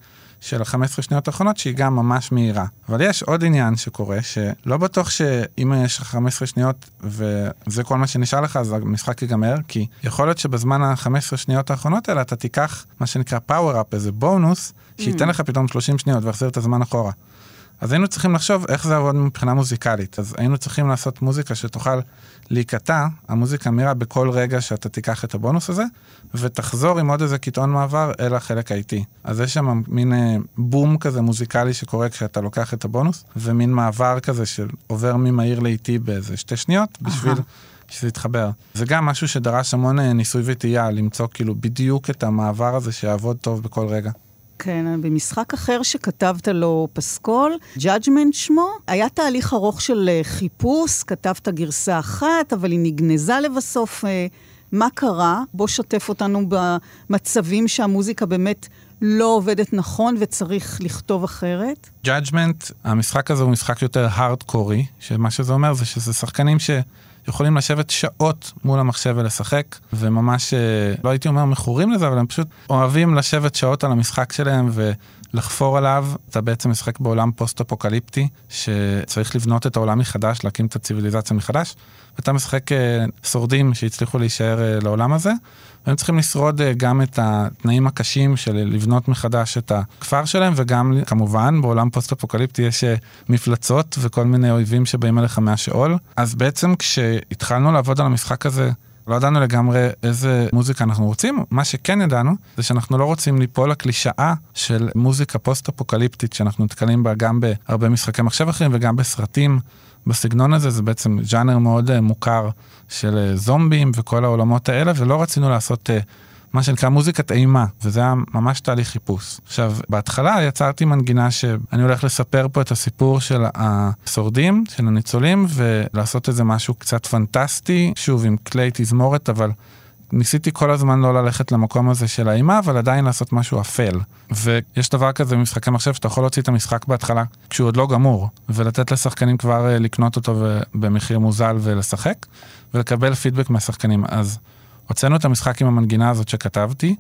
של ה-חמש עשרה שניות האחרונות, שהיא גם ממש מהירה. אבל יש עוד עניין שקורה, שלא בטוח שאם יש חמש עשרה שניות, וזה כל מה שנשאר לך, אז המשחק ייגמר, כי יכול להיות שבזמן ה-חמש עשרה שניות האחרונות האלה, אתה תיקח מה שנקרא פאוור-אפ, איזה בונוס, שייתן לך פתאום שלושים שניות, ויחזיר את הזמן אחורה. אז היינו צריכים לחשוב איך זה עבוד מבחינה מוזיקלית. אז היינו צריכים לעשות מוזיקה שתוכל להיקטע, המוזיקה מהירה בכל רגע שאתה תיקח את הבונוס הזה, ותחזור עם עוד איזה קטעון מעבר אל החלק האיטי. אז יש שם מין בום כזה מוזיקלי שקורה כשאתה לוקח את הבונוס, ומין מעבר כזה שעובר ממהיר לאיטי באיזה שתי שניות, בשביל שזה יתחבר. זה גם משהו שדרש המון ניסוי וטעייה, למצוא כאילו בדיוק את המעבר הזה שיעבוד טוב בכל רגע. כן, במשחק אחר שכתבת לו פסקול, Judgment שמו, היה תהליך ארוך של חיפוש, כתבת גרסה אחת, אבל היא נגנזה לבסוף. מה קרה? בוא שתף אותנו במצבים שהמוזיקה באמת לא עובדת נכון וצריך לכתוב אחרת. Judgment, המשחק הזה הוא משחק יותר הארדקורי, שמה שזה אומר זה שזה שחקנים ש... יכולים לשבת שעות מול המחשב ולשחק, וממש, לא הייתי אומר מכורים לזה, אבל הם פשוט אוהבים לשבת שעות על המשחק שלהם ולחפור עליו. אתה בעצם משחק בעולם פוסט-אפוקליפטי, שצריך לבנות את העולם מחדש, להקים את הציביליזציה מחדש, ואתה משחק שורדים שהצליחו להישאר לעולם הזה, והם צריכים לשרוד גם את התנאים הקשים של לבנות מחדש את הכפר שלהם, וגם כמובן בעולם פוסט-אפוקליפטי יש מפלצות וכל מיני אויבים שבאים אליך מהשאול. אז בעצם כשהתחלנו לעבוד על המשחק הזה, לא ידענו לגמרי איזה מוזיקה אנחנו רוצים. מה שכן ידענו זה שאנחנו לא רוצים ליפול לקלישאה של מוזיקה פוסט-אפוקליפטית שאנחנו נתקלים בה גם בהרבה משחקי מחשב אחרים וגם בסרטים. בסגנון הזה זה בעצם ז'אנר מאוד מוכר של זומבים וכל העולמות האלה, ולא רצינו לעשות מה שנקרא מוזיקת אימה, וזה היה ממש תהליך חיפוש. עכשיו, בהתחלה יצרתי מנגינה שאני הולך לספר פה את הסיפור של השורדים, של הניצולים, ולעשות איזה משהו קצת פנטסטי, שוב עם כלי תזמורת, אבל ניסיתי כל הזמן לא ללכת למקום הזה של האימה, אבל עדיין לעשות משהו אפל. ויש דבר כזה במשחקי מחשב, שאתה יכול להוציא את המשחק בהתחלה, כשהוא עוד לא גמור, ולתת לשחקנים כבר לקנות אותו במחיר מוזל ולשחק, ולקבל פידבק מהשחקנים. אז הוצאנו את המשחק עם המנגינה הזאת שכתבתי,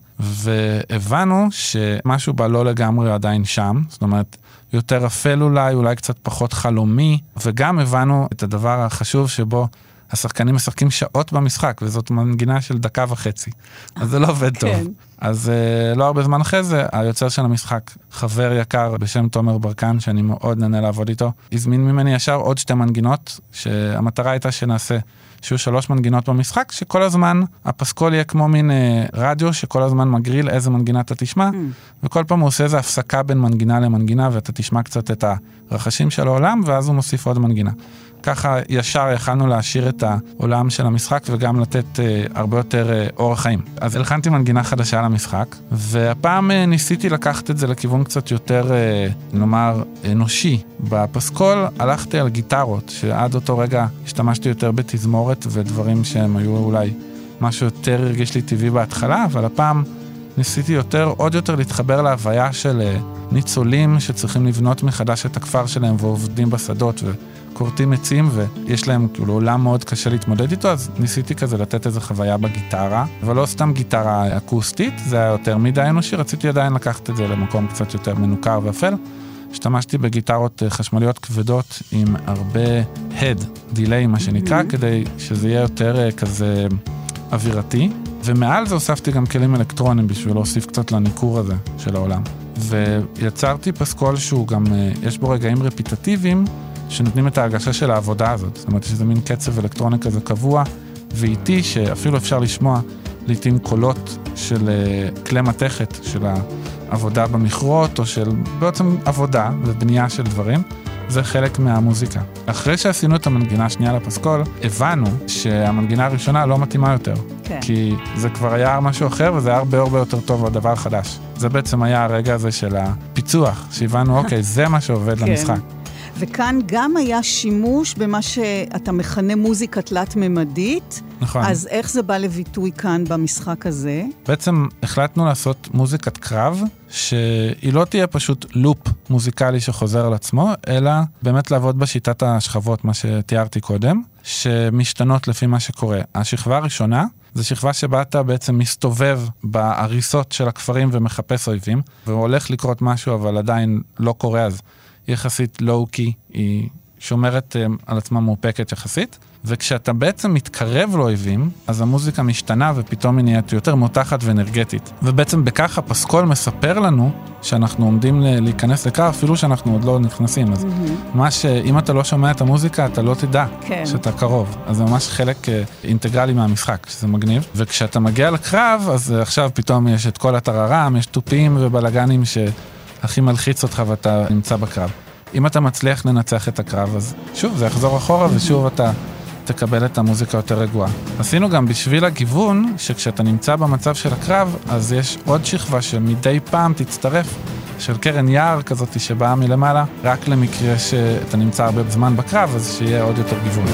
והבנו שמשהו בה לא לגמרי עדיין שם, זאת אומרת, יותר אפל אולי, אולי קצת פחות חלומי, וגם הבנו את הדבר החשוב שבו השחקנים משחקים שעות במשחק, וזאת מנגינה של דקה וחצי. אז זה לא עובד טוב. אז לא הרבה זמן אחרי זה, היוצר של המשחק, חבר יקר בשם תומר ברקן, שאני מאוד נהנה לעבוד איתו, הזמין ממני ישר עוד שתי מנגינות, שהמטרה הייתה שנעשה שיהיו שלוש מנגינות במשחק, שכל הזמן הפסקול יהיה כמו מין אה, רדיו, שכל הזמן מגריל איזה מנגינה אתה תשמע, mm. וכל פעם הוא עושה איזו הפסקה בין מנגינה למנגינה, ואתה תשמע קצת את הרחשים של העולם, ואז הוא מוסיף עוד מנגינה. ככה ישר יכלנו להשאיר את העולם של המשחק, וגם לתת אה, הרבה יותר אה, אורח חיים. אז הלחנתי מנגינה חדשה למשחק, והפעם אה, ניסיתי לקחת את זה לכיוון קצת יותר, אה, נאמר, אנושי. בפסקול הלכתי על גיטרות, שעד אותו רגע השתמשתי יותר בתזמורת, ודברים שהם היו אולי משהו יותר הרגיש לי טבעי בהתחלה, אבל הפעם ניסיתי יותר, עוד יותר להתחבר להוויה של אה, ניצולים שצריכים לבנות מחדש את הכפר שלהם, ועובדים בשדות ו... קורטים עצים, ויש להם כאילו עולם מאוד קשה להתמודד איתו, אז ניסיתי כזה לתת איזו חוויה בגיטרה, אבל לא סתם גיטרה אקוסטית, זה היה יותר מדי אנושי, רציתי עדיין לקחת את זה למקום קצת יותר מנוכר ואפל. השתמשתי בגיטרות חשמליות כבדות עם הרבה הד, דיליי מה שנקרא, mm-hmm. כדי שזה יהיה יותר כזה אווירתי, ומעל זה הוספתי גם כלים אלקטרונים בשביל להוסיף קצת לניקור הזה של העולם. ויצרתי פסקול שהוא גם, יש בו רגעים רפיטטיביים, שנותנים את ההרגשה של העבודה הזאת. זאת אומרת, שזה מין קצב אלקטרוני כזה קבוע ואיטי, שאפילו אפשר לשמוע לעתים קולות של כלי מתכת, של העבודה במכרות, או של בעצם עבודה ובנייה של דברים. זה חלק מהמוזיקה. אחרי שעשינו את המנגינה השנייה לפסקול, הבנו שהמנגינה הראשונה לא מתאימה יותר. כן. כי זה כבר היה משהו אחר, וזה היה הרבה הרבה יותר טוב על דבר חדש. זה בעצם היה הרגע הזה של הפיצוח, שהבנו, אוקיי, זה מה שעובד כן. למשחק. וכאן גם היה שימוש במה שאתה מכנה מוזיקה תלת-ממדית. נכון. אז איך זה בא לביטוי כאן במשחק הזה? בעצם החלטנו לעשות מוזיקת קרב, שהיא לא תהיה פשוט לופ מוזיקלי שחוזר על עצמו, אלא באמת לעבוד בשיטת השכבות, מה שתיארתי קודם, שמשתנות לפי מה שקורה. השכבה הראשונה, זו שכבה שבה אתה בעצם מסתובב בעריסות של הכפרים ומחפש אויבים, והולך לקרות משהו אבל עדיין לא קורה, אז יחסית לואו-קי, היא שומרת על עצמה מאופקת יחסית, וכשאתה בעצם מתקרב לאויבים, אז המוזיקה משתנה ופתאום היא נהיית יותר מותחת ואנרגטית. ובעצם בכך הפסקול מספר לנו שאנחנו עומדים להיכנס לקרב, אפילו שאנחנו עוד לא נכנסים. אז mm-hmm. מה שאם אתה לא שומע את המוזיקה, אתה לא תדע כן. שאתה קרוב. אז זה ממש חלק אינטגרלי מהמשחק, שזה מגניב. וכשאתה מגיע לקרב, אז עכשיו פתאום יש את כל הטררם, יש טופים ובלגנים שהכי מלחיץ אותך ואתה נמצא בקרב. אם אתה מצליח לנצח את הקרב, אז שוב, זה יחזור אחורה ושוב אתה תקבל את המוזיקה יותר רגועה. עשינו גם בשביל הגיוון, שכשאתה נמצא במצב של הקרב, אז יש עוד שכבה שמדי פעם תצטרף, של קרן יער כזאת שבאה מלמעלה, רק למקרה שאתה נמצא הרבה זמן בקרב, אז שיהיה עוד יותר גיוון.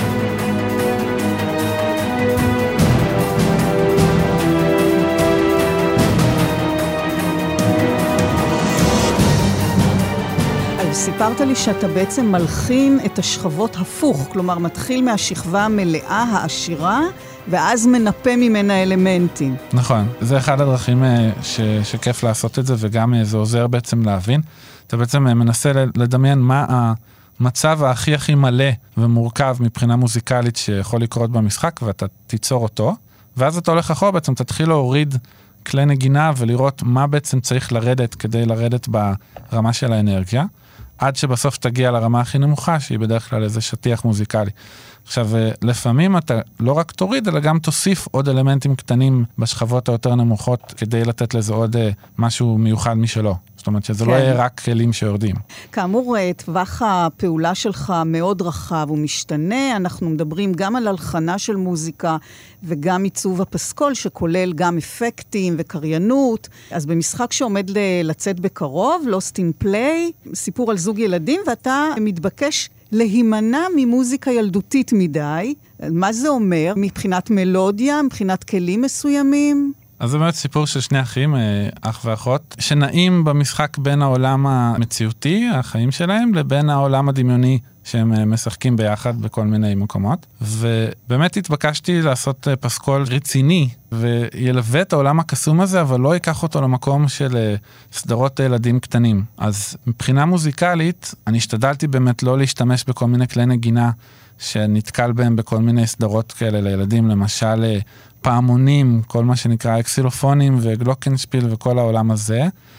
סיפרת לי שאתה בעצם מלחין את השכבות הפוך, כלומר מתחיל מהשכבה המלאה, העשירה, ואז מנפה ממנה אלמנטים. נכון, זה אחד הדרכים ש... שכיף לעשות את זה, וגם זה עוזר בעצם להבין. אתה בעצם מנסה לדמיין מה המצב הכי הכי מלא ומורכב מבחינה מוזיקלית שיכול לקרות במשחק, ואתה תיצור אותו, ואז אתה הולך אחורה, בעצם תתחיל להוריד כלי נגינה ולראות מה בעצם צריך לרדת כדי לרדת ברמה של האנרגיה. עד שבסוף תגיע לרמה הכי נמוכה, שהיא בדרך כלל איזה שטיח מוזיקלי. עכשיו, לפעמים אתה לא רק תוריד, אלא גם תוסיף עוד אלמנטים קטנים בשכבות היותר נמוכות, כדי לתת לזה עוד משהו מיוחד משלו. זאת אומרת שזה כן. לא יהיה רק כלים שיורדים. כאמור, טווח הפעולה שלך מאוד רחב ומשתנה. אנחנו מדברים גם על הלחנה של מוזיקה, וגם עיצוב הפסקול, שכולל גם אפקטים וקריינות. אז במשחק שעומד לצאת בקרוב, Lost in Play, סיפור על זוג ילדים, ואתה מתבקש להימנע ממוזיקה ילדותית מדי. מה זה אומר? מבחינת מלודיה, מבחינת כלים מסוימים? אז זה באמת סיפור של שני אחים, אח ואחות, שנעים במשחק בין העולם המציאותי, החיים שלהם, לבין העולם הדמיוני שהם משחקים ביחד בכל מיני מקומות. ובאמת התבקשתי לעשות פסקול רציני, וילווה את העולם הקסום הזה, אבל לא ייקח אותו למקום של סדרות ילדים קטנים. אז מבחינה מוזיקלית, אני השתדלתי באמת לא להשתמש בכל מיני כלי נגינה, שנתקל בהם בכל מיני סדרות כאלה לילדים, למשל פעמונים, כל מה שנקרא אקסילופונים וגלוקנשפיל וכל העולם הזה.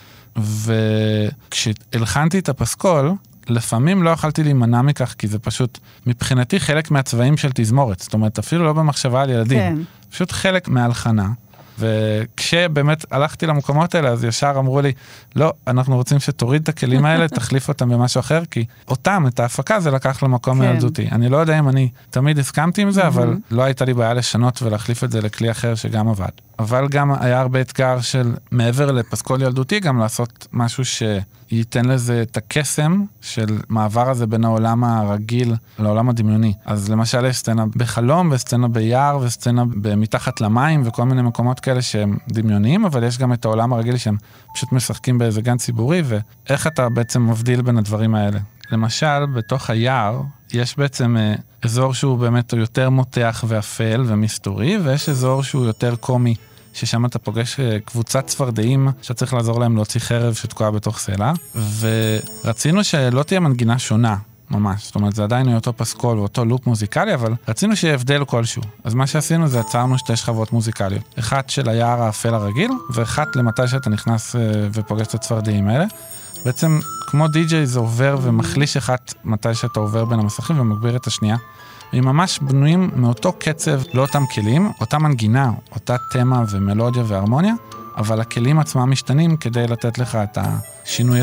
וכשהלחנתי את הפסקול, לפעמים לא יכלתי להימנע מכך, כי זה פשוט מבחינתי חלק מהצבעים של תזמורת. זאת אומרת, אפילו לא במחשבה על ילדים. כן. פשוט חלק מההלחנה. וכשבאמת הלכתי למקומות האלה, אז ישר אמרו לי, לא, אנחנו רוצים שתוריד את הכלים האלה, תחליף אותם במשהו אחר, כי אותם, את ההפקה, זה לקח למקום ילדותי. אני לא יודע אם אני תמיד הסכמתי עם זה, אבל לא הייתה לי בעיה לשנות ולהחליף את זה לכלי אחר שגם עבד. אבל גם היה הרבה אתגר של מעבר לפסקול ילדותי, גם לעשות משהו שייתן לזה את הקסם של מעבר הזה בין העולם הרגיל לעולם הדמיוני. אז למשל יש סצנה בחלום, וסצנה ביער, וסצנה מתחת למים, וכל מיני מקומות כאלה שהם דמיוניים, אבל יש גם את העולם הרגיל שהם פשוט משחקים באיזה גן ציבורי, ואיך אתה בעצם מבדיל בין הדברים האלה. למשל, בתוך היער, יש בעצם אה, אזור שהוא באמת יותר מותח ואפל ומסתורי, ויש אזור שהוא יותר קומי, ששם אתה פוגש קבוצת צפרדעים שצריך לעזור להם להוציא חרב שתקועה בתוך סלע, ורצינו שלא תהיה מנגינה שונה, ממש. זאת אומרת, זה עדיין אותו פסקול ואותו לופ מוזיקלי, אבל רצינו שיהיה הבדל כלשהו. אז מה שעשינו זה עצרנו שתי שכבות מוזיקליות. אחת של היער האפל הרגיל, ואחת למתי שאתה נכנס ופוגש את הצפרדעים האלה. בעצם, כמו די-ג'יי זה עובר ומחליש אחת מתי שאתה עובר בין המסכים ומגביר את השנייה. הם ממש בנויים מאותו קצב, לא אותם כלים, אותה מנגינה, אותה תמה ומלודיה והרמוניה, אבל הכלים עצמם משתנים כדי לתת לך את השינוי הזה,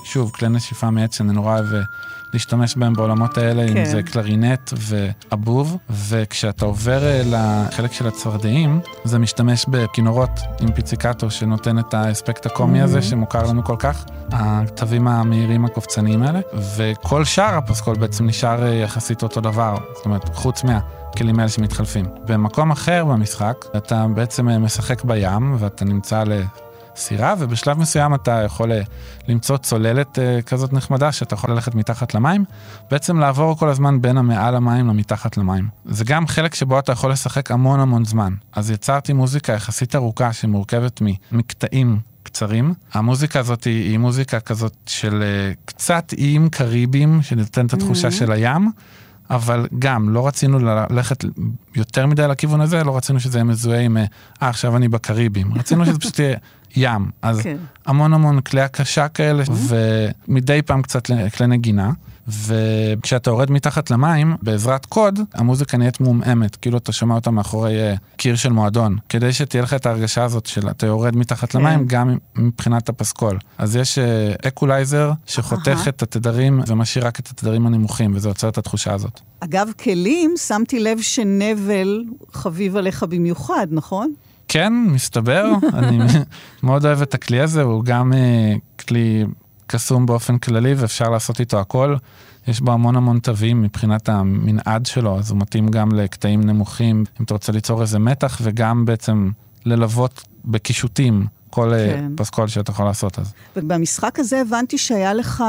שוב, כלי נשיפה מעץ שאני נורא אוהב להשתמש בהם בעולמות האלה, כן. אם זה קלרינט ואבוב, וכשאתה עובר לחלק של הצפרדעים, זה משתמש בכינורות עם פיציקטו, שנותן את האספקט הקומי mm-hmm. הזה, שמוכר לנו כל כך, הכתבים המהירים הקופצניים האלה, וכל שאר הפסקול בעצם נשאר יחסית אותו דבר, זאת אומרת, חוץ מהכלים האלה שמתחלפים. במקום אחר במשחק, אתה בעצם משחק בים, ואתה נמצא ל... סירה, ובשלב מסוים אתה יכול למצוא צוללת כזאת נחמדה, שאתה יכול ללכת מתחת למים, בעצם לעבור כל הזמן בין המעל המים למתחת למים. זה גם חלק שבו אתה יכול לשחק המון המון זמן. אז יצרתי מוזיקה יחסית ארוכה, שמורכבת מקטעים קצרים. המוזיקה הזאת היא, היא מוזיקה כזאת של קצת איים קריביים, שנותן את התחושה mm-hmm. של הים, אבל גם לא רצינו ללכת יותר מדי לכיוון הזה, לא רצינו שזה יהיה מזוהה עם, אה, עכשיו אני בקריבים. רצינו שזה פשוט יהיה ים. אז okay. המון המון כלי הקשה כאלה, mm-hmm. ומדי פעם קצת כלי נגינה. וכשאתה יורד מתחת למים, בעזרת קוד, המוזיקה נהיית מומאמת, כאילו אתה שומע אותה מאחורי קיר של מועדון, כדי שתהיה לך את ההרגשה הזאת של אתה יורד מתחת כן. למים, גם מבחינת הפסקול. אז יש אקולייזר שחותך את התדרים ומשאיר רק את התדרים הנמוכים, וזה יוצר את התחושה הזאת. אגב, כלים, שמתי לב שנבל חביב עליך במיוחד, נכון? כן, מסתבר. אני מאוד אוהב את הכלי הזה, הוא גם כלי קסום באופן כללי, ואפשר לעשות איתו הכל. יש בו המון המון תווים מבחינת המנעד שלו, אז הוא מתאים גם לקטעים נמוכים, אם אתה רוצה ליצור איזה מתח, וגם בעצם ללוות בקישוטים כל כן. פסקול שאתה יכול לעשות. אז. ובמשחק הזה הבנתי שהיה לך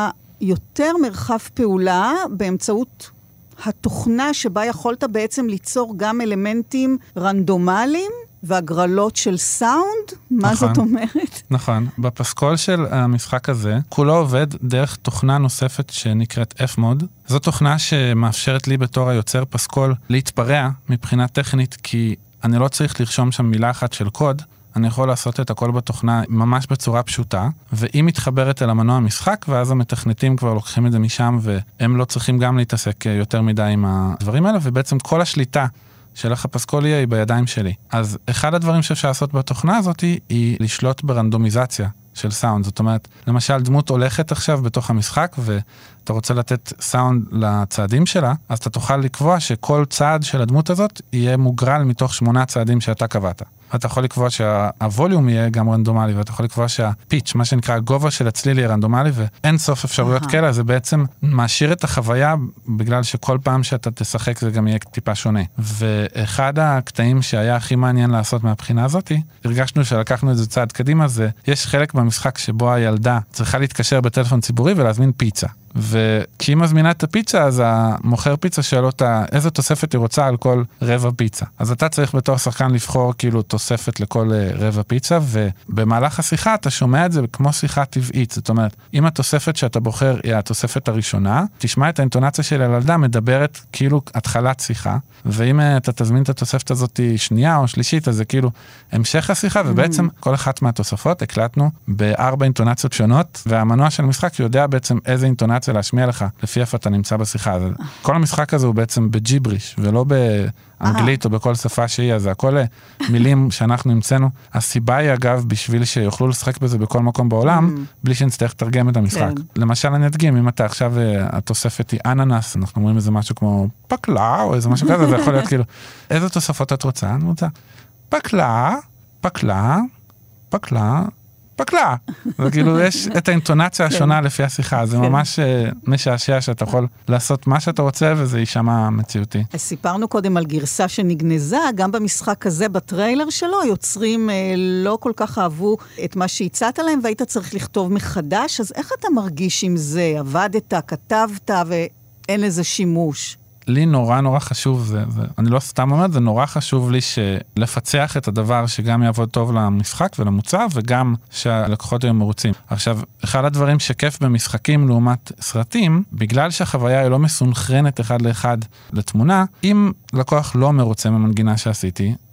יותר מרחב פעולה, באמצעות התוכנה שבה יכולת בעצם ליצור גם אלמנטים רנדומליים, והגרלות של סאונד? מה זאת אומרת? נכון. בפסקול של המשחק הזה, כולו עובד דרך תוכנה נוספת שנקראת F-Mod. זו תוכנה שמאפשרת לי בתור היוצר פסקול להתפרע מבחינה טכנית, כי אני לא צריך לרשום שם מילה אחת של קוד, אני יכול לעשות את הכל בתוכנה ממש בצורה פשוטה, והיא מתחברת אל המנוע המשחק, ואז המתכנתים כבר לוקחים את זה משם, והם לא צריכים גם להתעסק יותר מדי עם הדברים האלה, ובעצם כל השליטה של איך הפסקול יהיה היא בידיים שלי. אז אחד הדברים שאפשר לעשות בתוכנה הזאת היא, היא לשלוט ברנדומיזציה של סאונד. זאת אומרת, למשל דמות הולכת עכשיו בתוך המשחק, ואתה רוצה לתת סאונד לצעדים שלה, אז אתה תוכל לקבוע שכל צעד של הדמות הזאת יהיה מוגרל מתוך שמונה צעדים שאתה קבעת. אתה יכול לקבוע שהווליום יהיה גם רנדומלי, ואתה יכול לקבוע שהפיץ', מה שנקרא הגובה של הצליל יהיה רנדומלי, ואין סוף אפשרויות כאלה, זה בעצם מעשיר את החוויה, בגלל שכל פעם שאתה תשחק זה גם יהיה טיפה שונה. ואחד הקטעים שהיה הכי מעניין לעשות מהבחינה הזאת, הרגשנו שלקחנו את זה צעד קדימה, זה יש חלק במשחק שבו הילדה צריכה להתקשר בטלפון ציבורי ולהזמין פיצה. וכשהיא מזמינה את הפיצה, אז המוכר פיצה שואל אותה איזה תוספת היא רוצה על כל רבע פיצה. אז אתה צריך בתור שחקן לבחור כאילו תוספת לכל רבע פיצה, ובמהלך השיחה אתה שומע את זה כמו שיחה טבעית. זאת אומרת, אם התוספת שאתה בוחר היא התוספת הראשונה, תשמע את האינטונציה של הילדה מדברת כאילו התחלת שיחה, ואם אתה תזמין את התוספת הזאת שנייה או שלישית, אז זה כאילו המשך השיחה, ובעצם כל אחת מהתוספות הקלטנו בארבע אינטונציות שונות, והמנוע של המשחק יודע בעצם איזה אינטונציה להשמיע לך, לפי איפה אתה נמצא בשיחה. כל המשחק הזה הוא בעצם בג'יבריש, ולא באנגלית או בכל שפה שהיא, אז הכל מילים שאנחנו נמצאנו. הסיבה היא אגב, בשביל שיוכלו לשחק בזה בכל מקום בעולם, בלי שנצטרך לתרגם את המשחק. למשל אני אדגים, אם אתה עכשיו, התוספת היא אננס, אנחנו אומרים איזה משהו כמו פקלה, או איזה משהו כזה, זה יכול להיות כאילו, איזה תוספות את רוצה? אני רוצה, פקלה, פקלה, פקלה, פקלה. וכאילו יש את האינטונציה השונה לפי השיחה, זה ממש משעשע שאתה יכול לעשות מה שאתה רוצה, וזה יישמע מציאותי. אז סיפרנו קודם על גרסה שנגנזה, גם במשחק הזה, בטריילר שלו, יוצרים לא כל כך אהבו את מה שהצעת להם, והיית צריך לכתוב מחדש, אז איך אתה מרגיש עם זה? עבדת, כתבת, ואין לזה שימוש? לי נורא נורא חשוב, זה, זה, אני לא סתם אומרת, זה נורא חשוב לי לפצח את הדבר שגם יעבוד טוב למשחק ולמוצר, וגם שהלקוחות יהיו מרוצים. עכשיו, אחד הדברים שכיף במשחקים לעומת סרטים, בגלל שהחוויה היא לא מסונכרנת אחד לאחד לתמונה, אם לקוח לא מרוצה ממנגינה שעשיתי,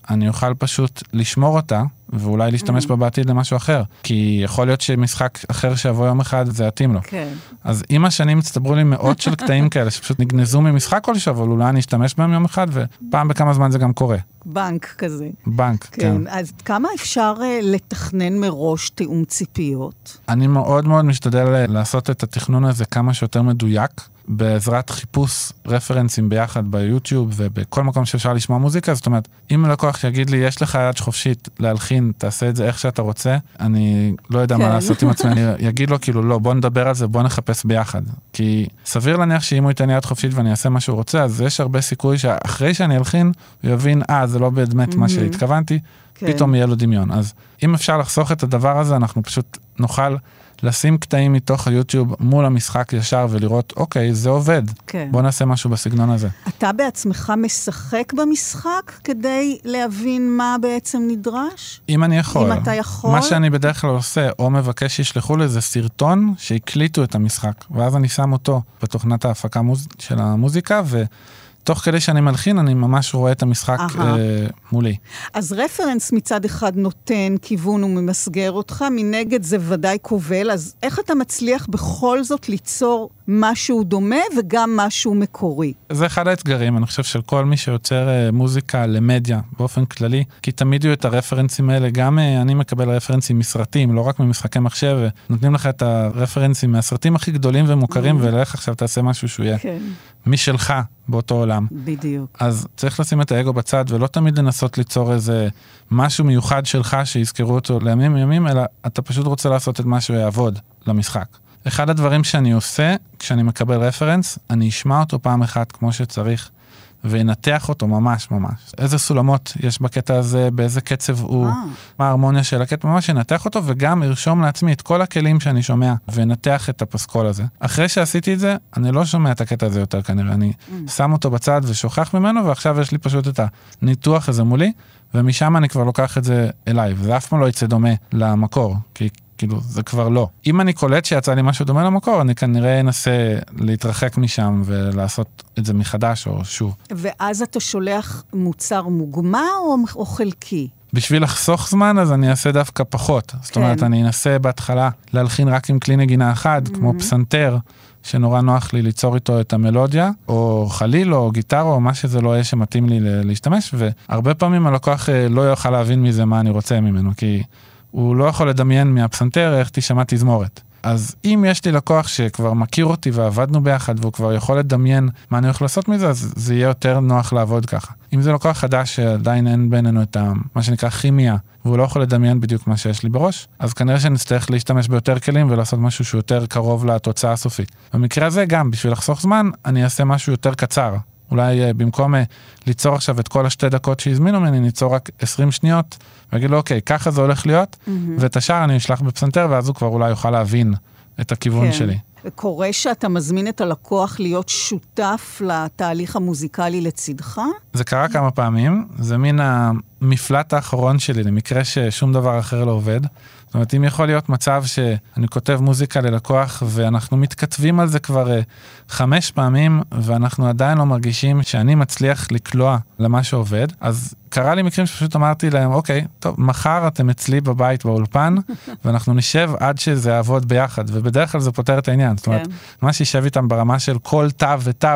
אני אוכל פשוט לשמור אותה, ואולי להשתמש בה בעתיד למשהו אחר. כי יכול להיות שמשחק אחר שיבוא יום אחד, זה יתאים לו. כן. אז עם השנים הצטברו לי מאות של קטעים כאלה, שפשוט נגנזו ממשחק כלשהו, אבל אולי אני אשתמש בהם יום אחד, ופעם בכמה זמן זה גם קורה. בנק כזה. בנק, כן. כן. אז כמה אפשר לתכנן מראש תיאום ציפיות? אני מאוד מאוד משתדל לעשות את התכנון הזה כמה שיותר מדויק, בעזרת חיפוש רפרנסים ביחד ביוטיוב ובכל מקום שאפשר לשמוע מוזיקה. זאת אומרת, אם לקוח יגיד לי, יש לך יד חופשית להלחין, תעשה את זה איך שאתה רוצה, אני לא יודע מה לעשות עם עצמי, אני אגיד לו כאילו, לא, בוא נדבר על זה, בוא נחפש ביחד. כי סביר להניח שאם הוא ייתן יד חופשית ואני אעשה מה שהוא רוצה, אז יש הרבה סיכוי שאחרי שאני אלחין, הוא יבין, אה, זה לא באמת מה שהתכוונתי, פתאום יהיה לו דמיון. אז אם אפשר לחסוך את הדבר הזה, אנחנו פשוט נוכל לשים קטעים מתוך היוטיוב מול המשחק ישר ולראות, אוקיי, זה עובד. כן. בוא נעשה משהו בסגנון הזה. אתה בעצמך משחק במשחק כדי להבין מה בעצם נדרש? אם אני יכול. אם אתה יכול. מה שאני בדרך כלל עושה, או מבקש שישלחו לזה סרטון שהקליטו את המשחק, ואז אני שם אותו בתוכנת ההפקה מוז... של המוזיקה, ו... תוך כדי שאני מלחין, אני ממש רואה את המשחק אה, מולי. אז רפרנס מצד אחד נותן כיוון וממסגר אותך, מנגד זה ודאי כובל, אז איך אתה מצליח בכל זאת ליצור משהו דומה וגם משהו מקורי? זה אחד האתגרים, אני חושב, של כל מי שיוצר אה, מוזיקה למדיה באופן כללי, כי תמיד יהיו את הרפרנסים האלה, גם אה, אני מקבל רפרנסים מסרטים, לא רק ממשחקי מחשב, נותנים לך את הרפרנסים מהסרטים הכי גדולים ומוכרים, ולך עכשיו תעשה משהו שהוא יהיה כן. משלך באותו עולם. בדיוק. אז צריך לשים את האגו בצד, ולא תמיד לנסות ליצור איזה משהו מיוחד שלך, שיזכרו אותו לימים ימים, אלא אתה פשוט רוצה לעשות את מה שהוא יעבוד למשחק. אחד הדברים שאני עושה, כשאני מקבל רפרנס, אני אשמע אותו פעם אחת כמו שצריך, וינתח אותו ממש ממש. איזה סולמות יש בקטע הזה, באיזה קצב הוא, מה ההרמוניה של הקטע, ממש ינתח אותו, וגם ארשום לעצמי את כל הכלים שאני שומע, וינתח את הפסקול הזה. אחרי שעשיתי את זה, אני לא שומע את הקטע הזה יותר כנראה, אני שם אותו בצד ושוכח ממנו, ועכשיו יש לי פשוט את הניתוח הזה מולי, ומשם אני כבר לוקח את זה אליי, וזה אף פעם לא יצא דומה למקור, כי כאילו, זה כבר לא. אם אני קולט שיצא לי משהו דומה למקור, אני כנראה אנסה להתרחק משם ולעשות את זה מחדש או שוב. ואז אתה שולח מוצר מוגמר או, או חלקי? בשביל לחסוך זמן, אז אני אעשה דווקא פחות. כן. זאת אומרת, אני אנסה בהתחלה להלחין רק עם כלי נגינה אחד, mm-hmm. כמו פסנתר, שנורא נוח לי ליצור איתו את המלודיה, או חליל, או גיטרה, או מה שזה לא יהיה שמתאים לי להשתמש, והרבה פעמים הלקוח לא יוכל להבין מזה מה אני רוצה ממנו, כי הוא לא יכול לדמיין מהפסנתר איך תשמע תזמורת. אז אם יש לי לקוח שכבר מכיר אותי ועבדנו ביחד, והוא כבר יכול לדמיין מה אני הולך לעשות מזה, אז זה יהיה יותר נוח לעבוד ככה. אם זה לקוח חדש שעדיין אין בינינו את מה שנקרא כימיה, והוא לא יכול לדמיין בדיוק מה שיש לי בראש, אז כנראה שנצטרך להשתמש ביותר כלים ולעשות משהו שהוא יותר קרוב לתוצאה הסופית. במקרה הזה גם, בשביל לחסוך זמן, אני אעשה משהו יותר קצר. אולי במקום ליצור עכשיו את כל השתי דקות שהזמינו ממני, ניצור רק עשרים שניות, ואגיד לו, אוקיי, ככה זה הולך להיות, mm-hmm. ואת השאר אני אשלח בפסנתר, ואז הוא כבר אולי יוכל להבין את הכיוון כן. שלי. קורה שאתה מזמין את הלקוח להיות שותף לתהליך המוזיקלי לצדך? זה קרה כמה פעמים, זה מין המפלט האחרון שלי, למקרה ששום דבר אחר לא עובד. זאת אומרת, אם יכול להיות מצב שאני כותב מוזיקה ללקוח, ואנחנו מתכתבים על זה כבר חמש פעמים, ואנחנו עדיין לא מרגישים שאני מצליח לקלוע למה שעובד, אז קרה לי מקרים שפשוט אמרתי להם, אוקיי, טוב, מחר אתם אצלי בבית באולפן, ואנחנו נשב עד שזה יעבוד ביחד, ובדרך כלל זה פותר את העניין. זאת אומרת, מה שישב איתם ברמה של כל תו ותו,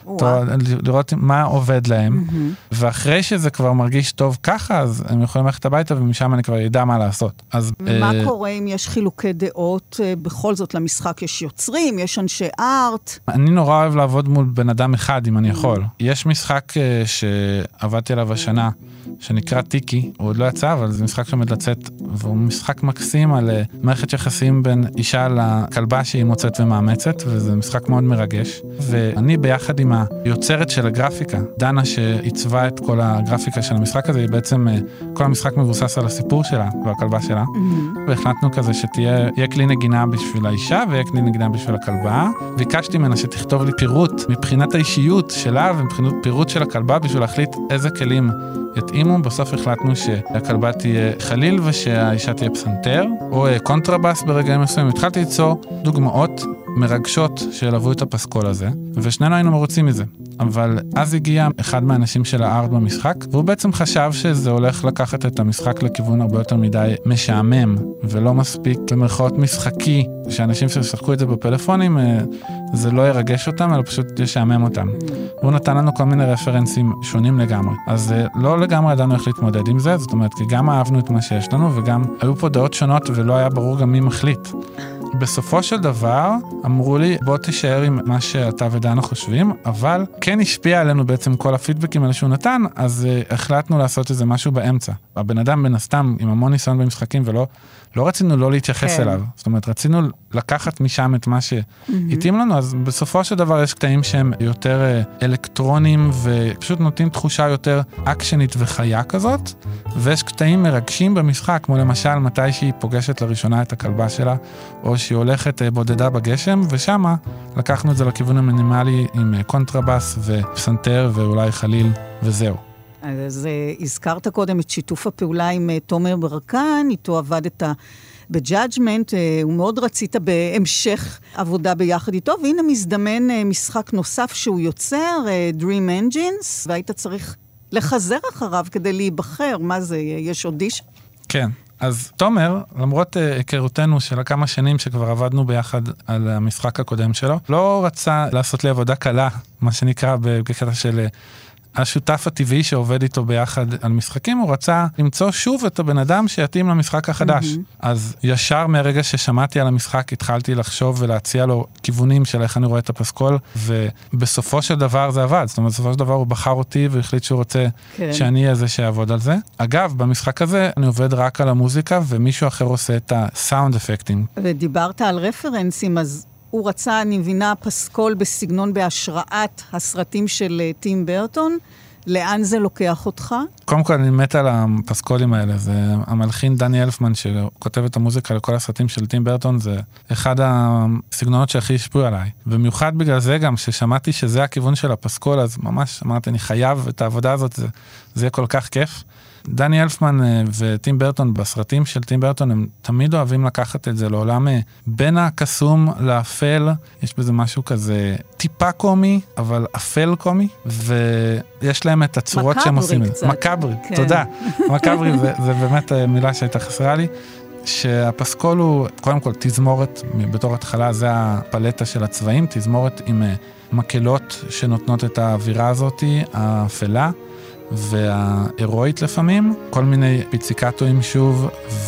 לראות מה עובד להם, ואחרי שזה כבר מרגיש טוב ככה, אז הם יכולים ללכת הביתה, ומשם אני כבר ידע מה לעשות. מה קורה אם יש חילוקי דעות? בכל זאת למשחק יש יוצרים, יש אנשי ארט. אני נורא אוהב לעבוד מול בן אדם אחד, אם אני יכול. יש משחק שעבדתי עליו השנה, שנקרא טיקי, הוא עוד לא יצא, אבל זה משחק שעומד לצאת, והוא משחק מקסים על מערכת יחסים בין אישה לכלבה שהיא מוצאת ומאמצת, וזה משחק מאוד מרגש. ואני ביחד עם היוצרת של הגרפיקה, דנה שעיצבה את כל הגרפיקה של המשחק הזה, היא בעצם, כל המשחק מבוסס על הסיפור שלה והכלבה שלה, והחלטנו כזה שתהיה כלי נגינה בשביל האישה, ויהיה כלי נגינה בשביל הכלבה. ביקשתי ממנה שתכתוב לי פירוט מבחינת האישיות שלה, ומבחינת פירוט של הכלבה, בשביל להחליט איזה כלים יתאימו. בסוף החלטנו שהכלבה תהיה חליל, ושהאישה תהיה פסנתר, או קונטרבס ברגעים מסוימים. התחלתי ליצור דוגמאות מרגשות שילוו את הפסקול הזה, ושנינו היינו מרוצים מזה. אבל אז הגיע אחד מהאנשים של הארט במשחק, והוא בעצם חשב שזה הולך לקחת את המשחק לכיוון הרבה יותר מדי משעמם, ולא מספיק במרכאות משחקי, שאנשים ששחקו את זה בפלאפונים, זה לא ירגש אותם, אלא פשוט ישעמם אותם. הוא נתן לנו כל מיני רפרנסים שונים לגמרי. אז לא לגמרי ידענו איך להתמודד עם זה, זאת אומרת, כי גם אהבנו את מה שיש לנו, וגם היו פה דעות שונות, ולא היה ברור גם מי מחליט. בסופו של דבר, אמרו לי, בוא תישאר עם מה שאתה ודנה חושבים, אבל כן השפיע עלינו בעצם כל הפידבקים האלה שהוא נתן, אז uh, החלטנו לעשות איזה משהו באמצע. הבן אדם בין הסתם עם המון ניסיון במשחקים, ולא לא רצינו לא להתייחס כן. אליו. זאת אומרת, רצינו לקחת משם את מה שהתאים לנו, אז בסופו של דבר יש קטעים שהם יותר uh, אלקטרונים, ופשוט נותנים תחושה יותר אקשנית וחיה כזאת, ויש קטעים מרגשים במשחק, כמו למשל מתי שהיא פוגשת לראשונה את הכלבה שלה, או שהיא הולכת בודדה בגשם, ושמה לקחנו את זה לכיוון המינימלי עם קונטרבס ופסנתר ואולי חליל וזהו. אז הזכרת קודם את שיתוף הפעולה עם תומר ברקן, איתו עבדת בג'אג'מנט, ומאוד רצית בהמשך עבודה ביחד איתו, והנה מזדמן משחק נוסף שהוא יוצר, Dream Engines, והיית צריך לחזר אחריו כדי להיבחר. מה זה, יש אודישן? כן. אז תומר, למרות היכרותנו של כמה שנים שכבר עבדנו ביחד על המשחק הקודם שלו, לא רצה לעשות לי עבודה קלה, מה שנקרא בקטע של השותף הטבעי שעובד איתו ביחד על משחקים, הוא רצה למצוא שוב את הבן אדם שיתאים למשחק החדש. Mm-hmm. אז ישר מהרגע ששמעתי על המשחק, התחלתי לחשוב ולהציע לו כיוונים של איך אני רואה את הפסקול, ובסופו של דבר זה עבד. זאת אומרת, בסופו של דבר הוא בחר אותי והחליט שהוא רוצה כן. שאני אהיה זה שיעבוד על זה. אגב, במשחק הזה אני עובד רק על המוזיקה, ומישהו אחר עושה את הסאונד אפקטים. ודיברת על רפרנסים, אז הוא רצה, אני מבינה, פסקול בסגנון בהשראת הסרטים של טים ברטון. לאן זה לוקח אותך? קודם כל, אני מת על הפסקולים האלה. זה המלחין דני אלפמן, שכותב את המוזיקה לכל הסרטים של טים ברטון, זה אחד הסגנונות שהכי השפיעו עליי. במיוחד בגלל זה גם, ששמעתי שזה הכיוון של הפסקול, אז ממש אמרתי, אני חייב את העבודה הזאת, זה, זה יהיה כל כך כיף. דני אלפמן וטים ברטון, בסרטים של טים ברטון, הם תמיד אוהבים לקחת את זה לעולם בין הקסום לאפל, יש בזה משהו כזה טיפה קומי, אבל אפל קומי, ויש להם את הצורות שהם עושים. קצת. מקברי, כן. תודה. מקברי, זה, זה באמת מילה שהייתה חסרה לי, שהפסקול הוא, קודם כל, תזמורת, בתור התחלה זה הפלטה של הצבעים, תזמורת עם מקלות שנותנות את האווירה הזאת, האפלה, והאירואית לפעמים, כל מיני פיציקטואים שוב,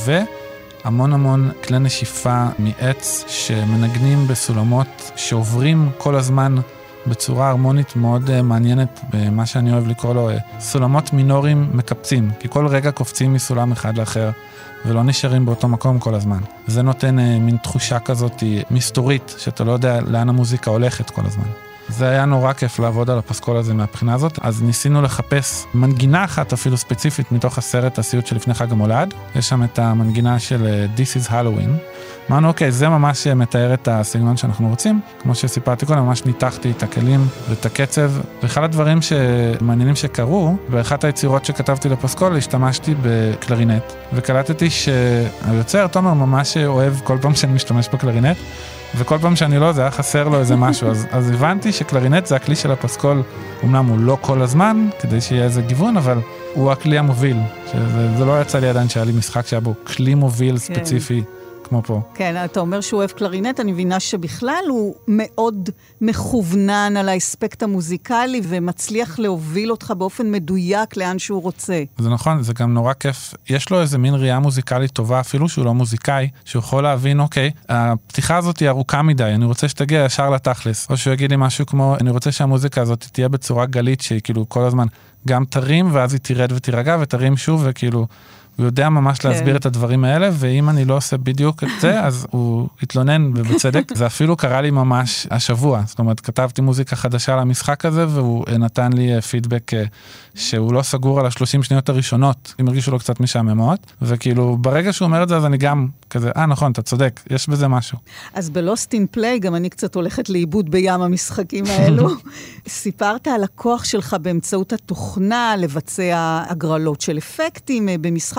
והמון המון כלי נשיפה מעץ שמנגנים בסולמות שעוברים כל הזמן בצורה הרמונית מאוד מעניינת, במה שאני אוהב לקרוא לו סולמות מינוריים מקפצים, כי כל רגע קופצים מסולם אחד לאחר, ולא נשארים באותו מקום כל הזמן. זה נותן מין תחושה כזאת מסתורית, שאתה לא יודע לאן המוזיקה הולכת כל הזמן. זה היה נורא כיף לעבוד על הפסקול הזה מהבחינה הזאת, אז ניסינו לחפש מנגינה אחת אפילו ספציפית מתוך הסרט הסיוט שלפני חג המולד, יש שם את המנגינה של This is Halloween, אמרנו אוקיי, זה ממש מתאר את הסגנון שאנחנו רוצים, כמו שסיפרתי קודם, ממש ניתחתי את הכלים ואת הקצב, ואחד הדברים שמעניינים שקרו, באחת היצירות שכתבתי לפסקול, השתמשתי בקלרינט, וקלטתי שהיוצר תומר ממש אוהב כל פעם שאני משתמש בקלרינט, וכל פעם שאני לא, זה היה חסר לו איזה משהו, אז, אז הבנתי שקלרינט זה הכלי של הפסקול, אמנם הוא לא כל הזמן, כדי שיהיה איזה גיוון, אבל הוא הכלי המוביל, שזה, זה לא יצא לי עדיין שהיה לי משחק שהיה בו כלי מוביל ספציפי, כמו פה. כן, אתה אומר שהוא אוהב קלרינט, אני מבינה שבכלל הוא מאוד מכוונן על האספקט המוזיקלי, ומצליח להוביל אותך באופן מדויק לאן שהוא רוצה. זה נכון, זה גם נורא כיף. יש לו איזה מין ראייה מוזיקלית טובה, אפילו שהוא לא מוזיקאי, שהוא יכול להבין, אוקיי, הפתיחה הזאת היא ארוכה מדי, אני רוצה שתגיע ישר לתכלס. או שהוא יגיד לי משהו כמו, אני רוצה שהמוזיקה הזאת תהיה בצורה גלית, שהיא כאילו כל הזמן גם תרים, ואז היא תירד ותירגע, ותרים שוב, וכאילו הוא יודע ממש להסביר את הדברים האלה, ואם אני לא עושה בדיוק את זה, אז הוא התלונן ובצדק. זה אפילו קרה לי ממש השבוע. זאת אומרת, כתבתי מוזיקה חדשה למשחק הזה, והוא נתן לי פידבק שהוא לא סגור על השלושים שניות הראשונות, אם הרגישו לו קצת משעממות, וכאילו ברגע שהוא אומר את זה, אז אני גם כזה, אה נכון, אתה צודק, יש בזה משהו. אז בלוסט אין פליי, גם אני קצת הולכת לאיבוד בים המשחקים האלו. סיפרת על הכוח שלך באמצעות התוכנה, לבצע הגרלות של אפקטים, במשחק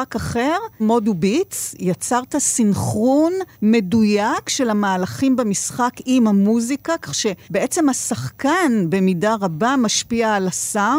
משחק אחר, מודו ביטס, יצרת סינכרון מדויק של המהלכים במשחק עם המוזיקה, כך שבעצם השחקן במידה רבה משפיע על הסאונד,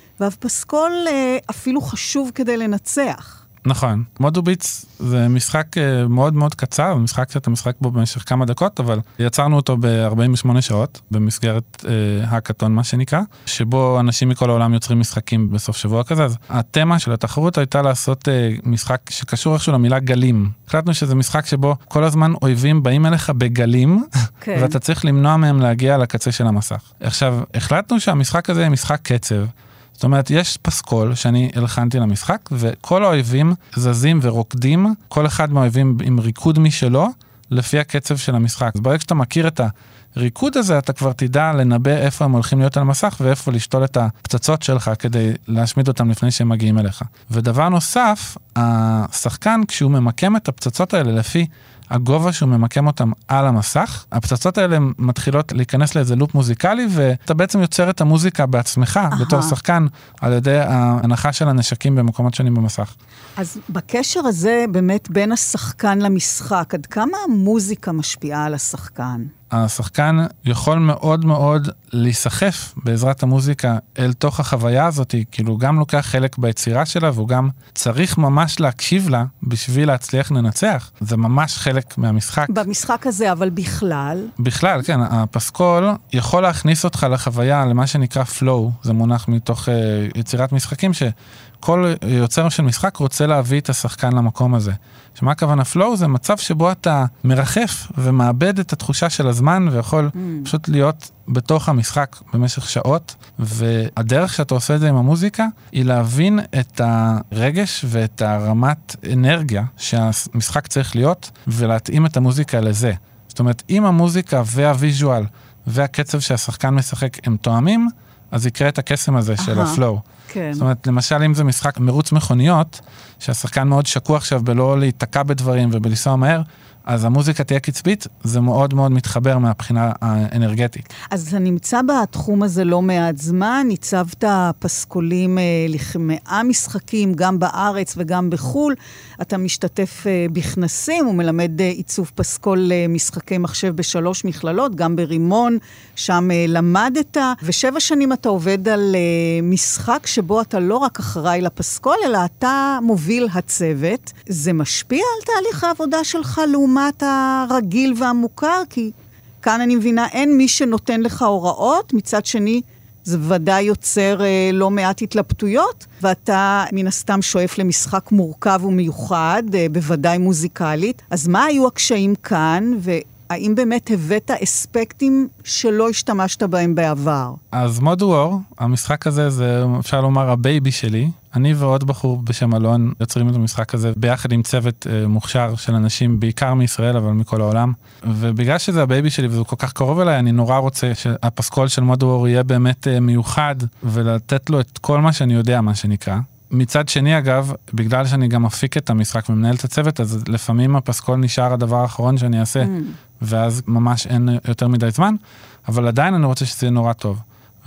והפסקול אפילו חשוב כדי לנצח. נכון. מודו ביטס זה משחק מאוד מאוד קצר, משחק שאתה משחק בו במשך כמה דקות, אבל יצרנו אותו ב-ארבעים ושמונה שעות, במסגרת אה, הקטון, מה שנקרא, שבו אנשים מכל העולם יוצרים משחקים בסוף שבוע כזה. אז התמה של התחרות הייתה לעשות אה, משחק שקשור איכשהו למילה גלים. החלטנו שזה משחק שבו כל הזמן אויבים באים אליך בגלים, כן. ואתה צריך למנוע מהם להגיע לקצה של המסך. עכשיו, החלטנו שהמשחק הזה יהיה משחק קצב, זאת אומרת, יש פסקול שאני הלחנתי למשחק, וכל האויבים זזים ורוקדים, כל אחד מהאויבים עם ריקוד משלו, לפי הקצב של המשחק. אז ברגע שאתה מכיר את הריקוד הזה, אתה כבר תדע לנבא איפה הם הולכים להיות על המסך, ואיפה לשתול את הפצצות שלך, כדי להשמיד אותם לפני שהם מגיעים אליך. ודבר נוסף, השחקן, כשהוא ממקם את הפצצות האלה לפי הגובה שהוא ממקם אותם על המסך, הפצצות האלה מתחילות להיכנס לאיזה לופ מוזיקלי, ואתה בעצם יוצר את המוזיקה בעצמך, Aha. בתור שחקן, על ידי ההנחה של הנשקים במקומות שונים במסך. אז בקשר הזה, באמת בין השחקן למשחק, עד כמה המוזיקה משפיעה על השחקן? השחקן יכול מאוד מאוד להיסחף בעזרת המוזיקה אל תוך החוויה הזאת, כאילו גם לוקח חלק ביצירה שלה, והוא גם צריך ממש להקשיב לה בשביל להצליח לנצח. זה ממש חלק מהמשחק. במשחק הזה, אבל בכלל? בכלל, כן. הפסקול יכול להכניס אותך לחוויה, למה שנקרא flow, זה מונח מתוך uh, יצירת משחקים, שכל יוצר של משחק רוצה להביא את השחקן למקום הזה. שמה הכוונה flow? זה מצב שבו אתה מרחף ומאבד את התחושה של הזמן, ויכול mm. פשוט להיות בתוך המשחק במשך שעות, והדרך שאתה עושה את זה עם המוזיקה, היא להבין את הרגש ואת הרמת אנרגיה שהמשחק צריך להיות, ולהתאים את המוזיקה לזה. זאת אומרת, אם המוזיקה והוויז'ואל והקצב שהשחקן משחק הם תואמים, אז יקרה את הקסם הזה Aha. של הפלואו. כן. זאת אומרת, למשל, אם זה משחק מרוץ מכוניות, שהשחקן מאוד שקוע עכשיו בלא להתקע בדברים ובלנסוע מהר, אז המוזיקה תהיה קצבית, זה מאוד מאוד מתחבר מהבחינה האנרגטית. אז אתה נמצא בתחום הזה לא מעט זמן, ניצבת פסקולים לכמאה משחקים, גם בארץ וגם בחול, אתה משתתף בכנסים, ומלמד עיצוב פסקול משחקי מחשב בשלוש מכללות, גם ברימון, שם למדת, ושבע שנים אתה עובד על משחק שבו אתה לא רק אחראי לפסקול, אלא אתה מוביל הצוות. זה משפיע על תהליך העבודה שלך לעומת הרגיל והמוכר, כי כאן אני מבינה, אין מי שנותן לך הוראות, מצד שני זה ודאי יוצר אה, לא מעט התלבטויות, ואתה מן הסתם שואף למשחק מורכב ומיוחד, אה, בוודאי מוזיקלית. אז מה היו הקשיים כאן, והאם באמת הבאת אספקטים שלא השתמשת בהם בעבר? אז מוד וור, המשחק הזה זה, אפשר לומר, הבייבי שלי. אני ועוד בחור בשם אלון יוצרים את המשחק הזה ביחד עם צוות אה, מוכשר של אנשים, בעיקר מישראל, אבל מכל העולם. ובגלל שזה הבייבי שלי וזה כל כך קרוב אליי, אני נורא רוצה שהפסקול של מוד וור יהיה באמת אה, מיוחד, ולתת לו את כל מה שאני יודע, מה שנקרא. מצד שני, אגב, בגלל שאני גם מפיק את המשחק ומנהל את הצוות, אז לפעמים הפסקול נשאר הדבר האחרון שאני אעשה, mm. ואז ממש אין יותר מדי זמן, אבל עדיין אני רוצה שזה יהיה נורא טוב.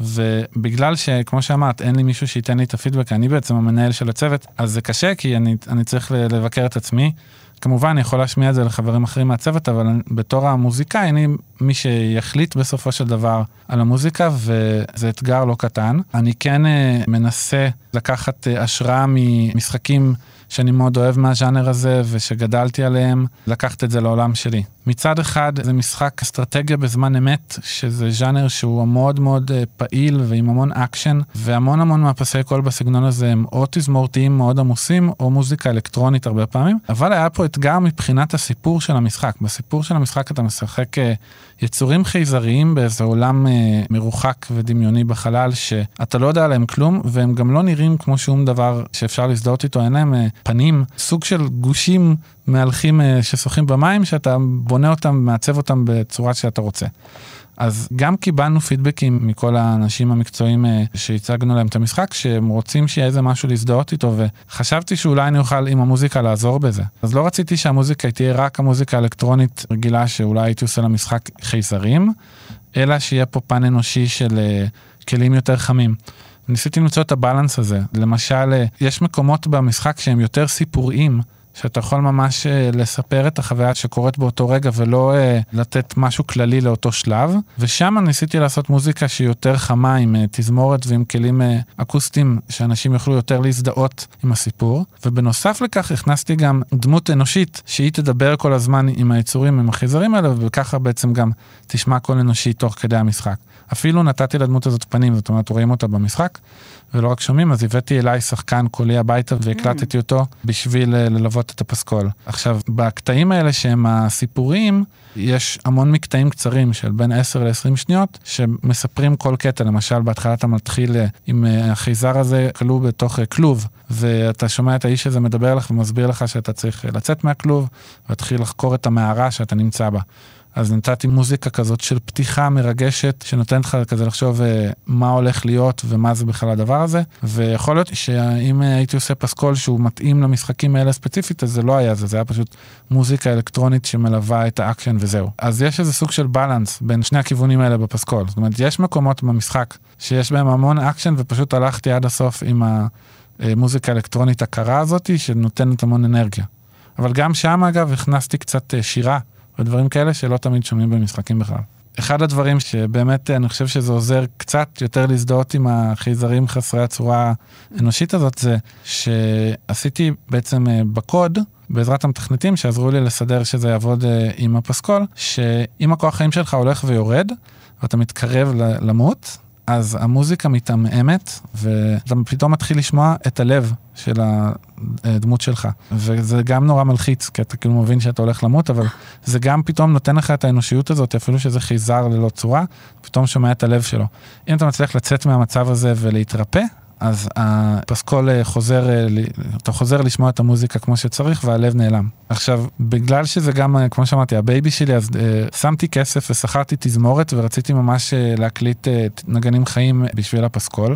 ובגלל שכמו שאמרת, אין לי מישהו שייתן לי את הפידבק, אני בעצם המנהל של הצוות, אז זה קשה, כי אני, אני צריך לבקר את עצמי. כמובן, אני יכול להשמיע את זה לחברים אחרים מהצוות, אבל בתור המוזיקאי, אני מי שיחליט בסופו של דבר על המוזיקה, וזה אתגר לא קטן. אני כן מנסה לקחת השראה ממשחקים שאני מאוד אוהב מהז'אנר הזה, ושגדלתי עליהם, לקחת את זה לעולם שלי. מצד אחד, זה משחק אסטרטגיה בזמן אמת, שזה ז'אנר שהוא מאוד מאוד פעיל, ועם המון אקשן, והמון המון מהפסי קול בסגנון הזה, הם או תזמורתיים מאוד עמוסים, או מוזיקה אלקטרונית הרבה פעמים, אבל היה פה אתגר מבחינת הסיפור של המשחק. בסיפור של המשחק אתה משחק יצורים חייזריים באיזה עולם מרוחק ודמיוני בחלל, שאתה לא יודע עליהם כלום, והם גם לא נראים כמו שום דבר שאפשר להזדהות איתו, אין להם פנים, סוג של גושים מהלכים ששוחים במים, שאתה בונה אותם, מעצב אותם בצורה שאתה רוצה. אז גם קיבלנו פידבקים מכל האנשים המקצועיים שהצגנו להם את המשחק, שהם רוצים שיהיה איזה משהו להזדהות איתו, וחשבתי שאולי אני אוכל עם המוזיקה לעזור בזה. אז לא רציתי שהמוזיקה תהיה רק המוזיקה האלקטרונית רגילה, שאולי הייתי עושה למשחק חייזרים, אלא שיהיה פה פן אנושי של כלים יותר חמים. ניסיתי למצוא את הבלנס הזה. למשל, יש מקומות במשחק שהם יותר סיפוריים, שאתה יכול ממש לספר את החוויה שקורית באותו רגע, ולא לתת משהו כללי לאותו שלב. ושם ניסיתי לעשות מוזיקה שהיא יותר חמה, עם תזמורת ועם כלים אקוסטיים, שאנשים יוכלו יותר להזדהות עם הסיפור. ובנוסף לכך, הכנסתי גם דמות אנושית, שהיא תדבר כל הזמן עם היצורים, עם החיזרים האלה, וככה בעצם גם תשמע קול אנושי תוך כדי המשחק. אפילו נתתי לדמות הזאת פנים, זאת אומרת, רואים אותה במשחק, ולא רק שומעים, אז הבאתי אליי שחקן קולי הביתה, והקלטתי אותו בשביל ללוות את הפסקול. עכשיו, בקטעים האלה שהם הסיפורים, יש המון מקטעים קצרים של בין עשר לעשרים שניות, שמספרים כל קטע. למשל, בהתחלה אתה מתחיל עם החיזר הזה, כלוא בתוך כלוב, ואתה שומע את האיש הזה מדבר לך ומסביר לך שאתה צריך לצאת מהכלוב, והתחיל לחקור את המערה שאתה נמצא בה. אז נתתי מוזיקה כזאת של פתיחה מרגשת, שנותנת לך כזה לחשוב מה הולך להיות ומה זה בכלל הדבר הזה, ויכול להיות שאם הייתי עושה פסקול שהוא מתאים למשחקים האלה ספציפית, אז זה לא היה זה, זה היה פשוט מוזיקה אלקטרונית שמלווה את האקשן וזהו. אז יש איזה סוג של בלנס בין שני הכיוונים האלה בפסקול, זאת אומרת, יש מקומות במשחק שיש בהם המון אקשן, ופשוט הלכתי עד הסוף עם המוזיקה האלקטרונית הקרה הזאת, שנותנת המון אנרגיה. אבל גם שם אגב הכנסתי קצת שירה, ודברים כאלה שלא תמיד שומעים במשחקים בכלל. אחד הדברים שבאמת אני חושב שזה עוזר קצת יותר להזדהות עם החיזרים חסרי הצורה האנושית הזאת, זה שעשיתי בעצם בקוד, בעזרת המתכנתים שעזרו לי לסדר שזה יעבוד עם הפסקול, שאם הכוח חיים שלך הולך ויורד, ואתה מתקרב למות, אז המוזיקה מתעממת, ואתה פתאום מתחיל לשמוע את הלב של הדמות שלך. וזה גם נורא מלחיץ, כי אתה כאילו מבין שאתה הולך למות, אבל זה גם פתאום נותן לך את האנושיות הזאת, אפילו שזה חיזר ללא צורה, פתאום שומע את הלב שלו. אם אתה מצליח לצאת מהמצב הזה ולהתרפא, אז הפסקול חוזר, אתה חוזר לשמוע את המוזיקה כמו שצריך, והלב נעלם. עכשיו, בגלל שזה גם, כמו שאמרתי, הבייבי שלי, אז שמתי כסף ושכרתי תזמורת, ורציתי ממש להקליט נגנים חיים בשביל הפסקול,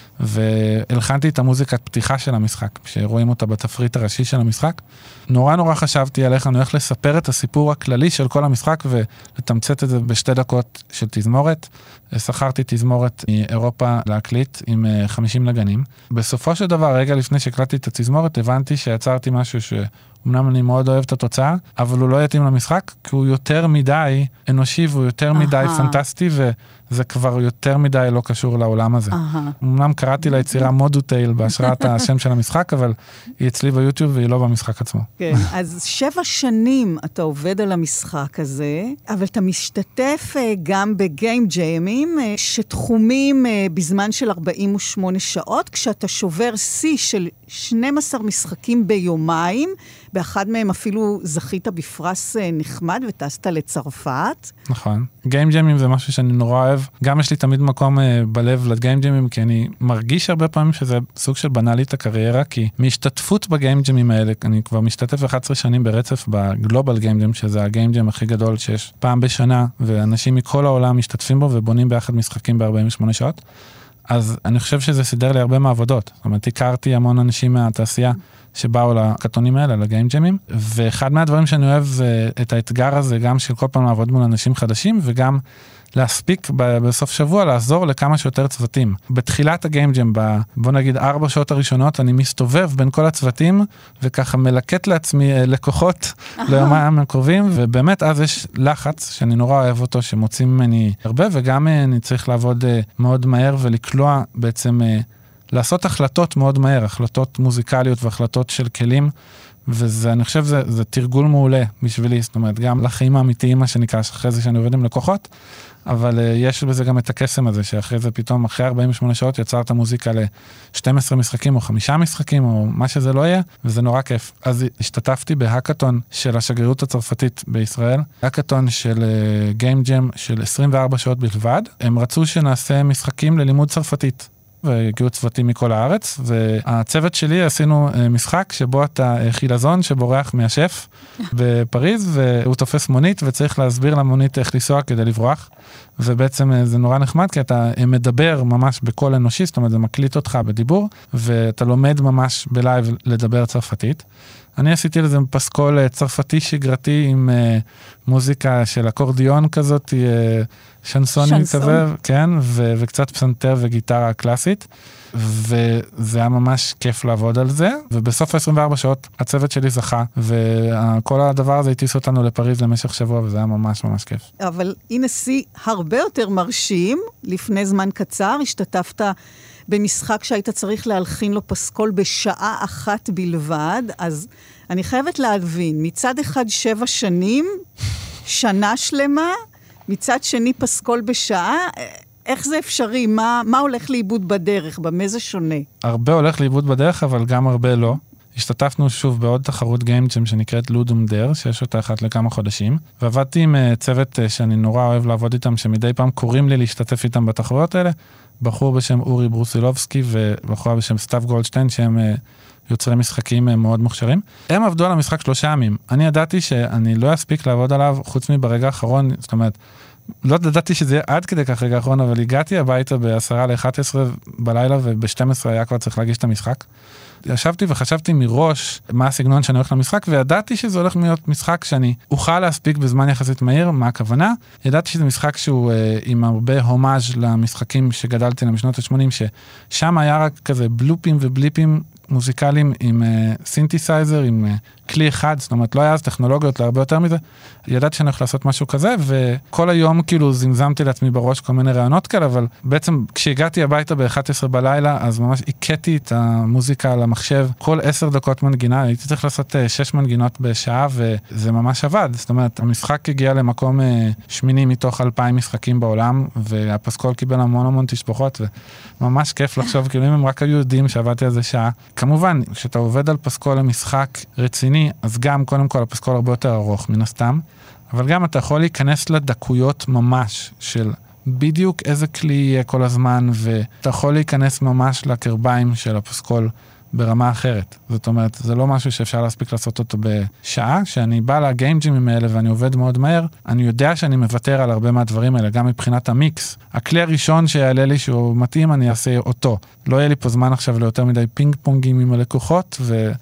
והלחנתי את המוזיקת פתיחה של המשחק, שרואים אותה בתפריט הראשי של המשחק. נורא נורא חשבתי על איך אני הולך לספר את הסיפור הכללי של כל המשחק, ולתמצת את זה בשתי דקות של תזמורת. שכרתי תזמורת מאירופה להקליט עם חמישים נגנים. בסופו של דבר, רגע לפני שהקלטתי את התזמורת, הבנתי שיצרתי משהו שאומנם אני מאוד אוהב את התוצאה, אבל הוא לא יתאים למשחק, כי הוא יותר מדי אנושי, והוא יותר מדי פנטסטי, וזה כבר יותר מדי לא קשור לעולם הזה. אומנם קראתי ליצירה מודוטייל בהשראת השם של המשחק, אבל היא אצלי ביוטיוב והיא לא במשחק עצמו. כן, אז שבע שנים אתה עובד על המשחק הזה, אבל אתה משתתף גם בגיים ג'יימים, שתחומים בזמן של ארבעים ושמונה שעות, כשאתה שובר שיא של שנים עשר משחקים ביומיים, באחד מהם אפילו זכית בפרס נחמד וטסת לצרפת. נכון. גיים ג'יימים זה משהו שאני נורא אוהב. גם יש לי תמיד מקום בלב לגיים ג'יימים, כי אני מרגיש הרבה פעמים שזה סוג של בנאלית הקריירה, כי מהשתתפות בגיים ג'יימים האלה, אני כבר משתתף אחת עשרה שנים ברצף בגלובל גיים ג'יים, שזה הגיים ג'יים הכי גדול שיש פעם בשנה, ואנשים מכל העולם משתתפים בו ובונים ביחד משחקים ב-ארבעים ושמונה שעות. אז אני חושב שזה סידר לי הרבה מעבודות. זאת אומרת, הכרתי המון אנשים מהתעשייה שבאו לקטונים האלה, לגיים ג'יימים, ואחד מהדברים שאני אוהב זה את האתגר הזה, גם של כל פעם לעבוד מול אנשים חדשים, וגם להספיק בסוף שבוע לעזור לכמה שיותר צוותים. בתחילת הגיים ג'יים, בוא נגיד ארבע שעות הראשונות, אני מסתובב בין כל הצוותים, וככה מלקט לעצמי לקוחות ליומיים הקרובים, ובאמת אז יש לחץ שאני נורא אוהב אותו, שמוצאים ממני הרבה, וגם אני צריך לעבוד מאוד מהר ולקלוע בעצם, לעשות החלטות מאוד מהר, החלטות מוזיקליות והחלטות של כלים, וזה, אני חושב, זה, זה תרגול מעולה בשבילי, זאת אומרת, גם לחיים האמיתיים, מה שנקרא, אחרי זה שאני עובד עם לקוחות, אבל uh, יש בזה גם את הקסם הזה, שאחרי זה פתאום, אחרי ארבעים ושמונה שעות, יצרת מוזיקה ל-שנים עשר משחקים, או חמישה משחקים, או מה שזה לא יהיה, וזה נורא כיף. אז השתתפתי בהקאטון של השגרירות הצרפתית בישראל, הקאטון של גיים uh, ג'ם של עשרים וארבע שעות בלבד, הם רצו שנעשה משחקים ללימוד צרפתית. והגיעו צוותים מכל הארץ, והצוות שלי עשינו משחק שבו אתה חילזון שבורח מהשף בפריז, והוא תופס מונית וצריך להסביר למונית איך לנסוע כדי לברוח, ובעצם זה נורא נחמד, כי אתה מדבר ממש בקול אנושי, זאת אומרת זה מקליט אותך בדיבור, ואתה לומד ממש בלייב לדבר צרפתית, אני עשיתי לזה פסקול צרפתי שגרתי עם uh, מוזיקה של אקורדיון כזאת, uh, שנסונים כזה, כן, ו- וקצת פסנתר וגיטרה קלאסית, וזה היה ממש כיף לעבוד על זה, ובסוף ה-עשרים וארבע שעות הצוות שלי זכה, וכל הדבר הזה הטיס אותנו לפריז למשך שבוע, וזה היה ממש ממש כיף. אבל הנה שיא הרבה יותר מרשים, לפני זמן קצר, השתתפת במשחק שהיית צריך להלחין לו פסקול בשעה אחת בלבד, אז אני חייבת להבין, מצד אחד שבע שנים, שנה שלמה, מצד שני פסקול בשעה, איך זה אפשרי? מה, מה הולך לאיבוד בדרך? במה זה שונה? הרבה הולך לאיבוד בדרך, אבל גם הרבה לא. השתתפנו שוב בעוד תחרות גיימג'ם שנקראת לודום דר, שיש אותה אחת לכמה חודשים, ועבדתי עם צוות שאני נורא אוהב לעבוד איתם, שמדי פעם קוראים לי להשתתף איתם בתחרויות האלה, בחור בשם אורי ברוסילובסקי ובחורה בשם סטאב גולדשטיין, שהם יוצרי משחקים מאוד מוכשרים. הם עבדו על המשחק שלושה ימים. אני ידעתי שאני לא אספיק לעבוד עליו, חוץ מברגע האחרון, זאת אומרת, לא ידעתי שזה יהיה עד כדי כך רגע האחרון, אבל הגעתי הביתה ב-עשרה ל-אחת עשרה בלילה, וב-שתים עשרה היה כבר צריך להגיש את המשחק. ישבתי וחשבתי מראש מה הסגנון שאני הולך למשחק, וידעתי שזה הולך להיות משחק שאני אוכל להספיק בזמן יחסית מהיר, מה הכוונה. ידעתי שזה משחק שהוא אה, עם הרבה הומאז' למשחקים שגדלתי למשנות ה-שמונים, ששם היה רק כזה בלופים ובליפים מוזיקליים עם uh, סינתסייזר, עם uh, כלי אחד, זאת אומרת, לא היה אז טכנולוגיות להרבה יותר מזה. ידעתי שאני הולך לעשות משהו כזה, וכל היום כאילו זמזמתי לעצמי בראש כל מיני רעיונות כאלה, אבל בעצם כשהגעתי הביתה ב-אחת עשרה בלילה, אז ממש עיקתי את המוזיקה על המחשב, כל עשר דקות מנגינה, הייתי צריך לעשות uh, שש מנגינות בשעה, וזה ממש עבד. זאת אומרת, המשחק הגיע למקום uh, שמיני מתוך אלפיים משחקים בעולם, והפסקול קיבל המון המון תשבחות, וממש כיף לחשוב, כאילו אם הם רק היו יודעים שעבדתי על זה שעה. כמובן, כשאתה עובד על פסקול למשחק רציני, אז גם קודם כל הפסקול הרבה יותר ארוך מן הסתם, אבל גם אתה יכול להיכנס לדקויות ממש של בדיוק איזה כלי יהיה כל הזמן, ואתה יכול להיכנס ממש לקרביים של הפסקול ברמה אחרת. זאת אומרת, זה לא משהו שאפשר להספיק לעשות אותו בשעה. שאני בא לגיימג'ימים האלה ואני עובד מאוד מהר, אני יודע שאני מוותר על הרבה מהדברים האלה, גם מבחינת המיקס. הכלי הראשון שיעלה לי שהוא מתאים, אני אעשה אותו. לא יהיה לי פה זמן עכשיו ליותר מדי פינג פונגים עם הלקוחות,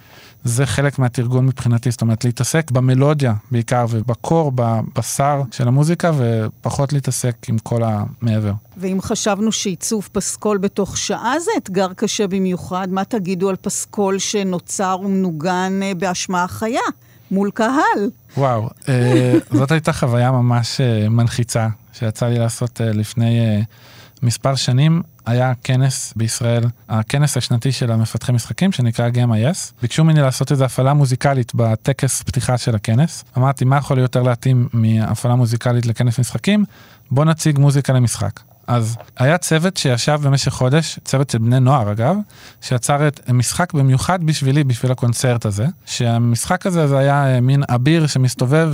וזה חלק מהתרגול מבחינתי, זאת אומרת, להתעסק במלודיה בעיקר, ובקור, בבשר של המוזיקה, ופחות להתעסק עם כל המעבר. ואם חשבנו שעיצוב פסקול בתוך שעה זה אתגר קשה במיוחד, מה תגידו על פסקול שנוצר ומנוגן בהשמעה חיה, מול קהל? וואו, זאת הייתה חוויה ממש מנחיצה, שיצא לי לעשות לפני מספר שנים. היה כנס בישראל, הכנס השנתי של המפתחי משחקים, שנקרא גיים איי אס. ביקשו ממני לעשות איזו הפעלה מוזיקלית בטקס פתיחה של הכנס. אמרתי, מה יכול יותר להתאים מהפעלה מוזיקלית לכנס משחקים? בוא נציג מוזיקה למשחק. אז היה צוות שישב במשך חודש, צוות של בני נוער אגב, שיצר את משחק במיוחד בשבילי, בשביל הקונצרט הזה, שהמשחק הזה זה היה מין אביר שמסתובב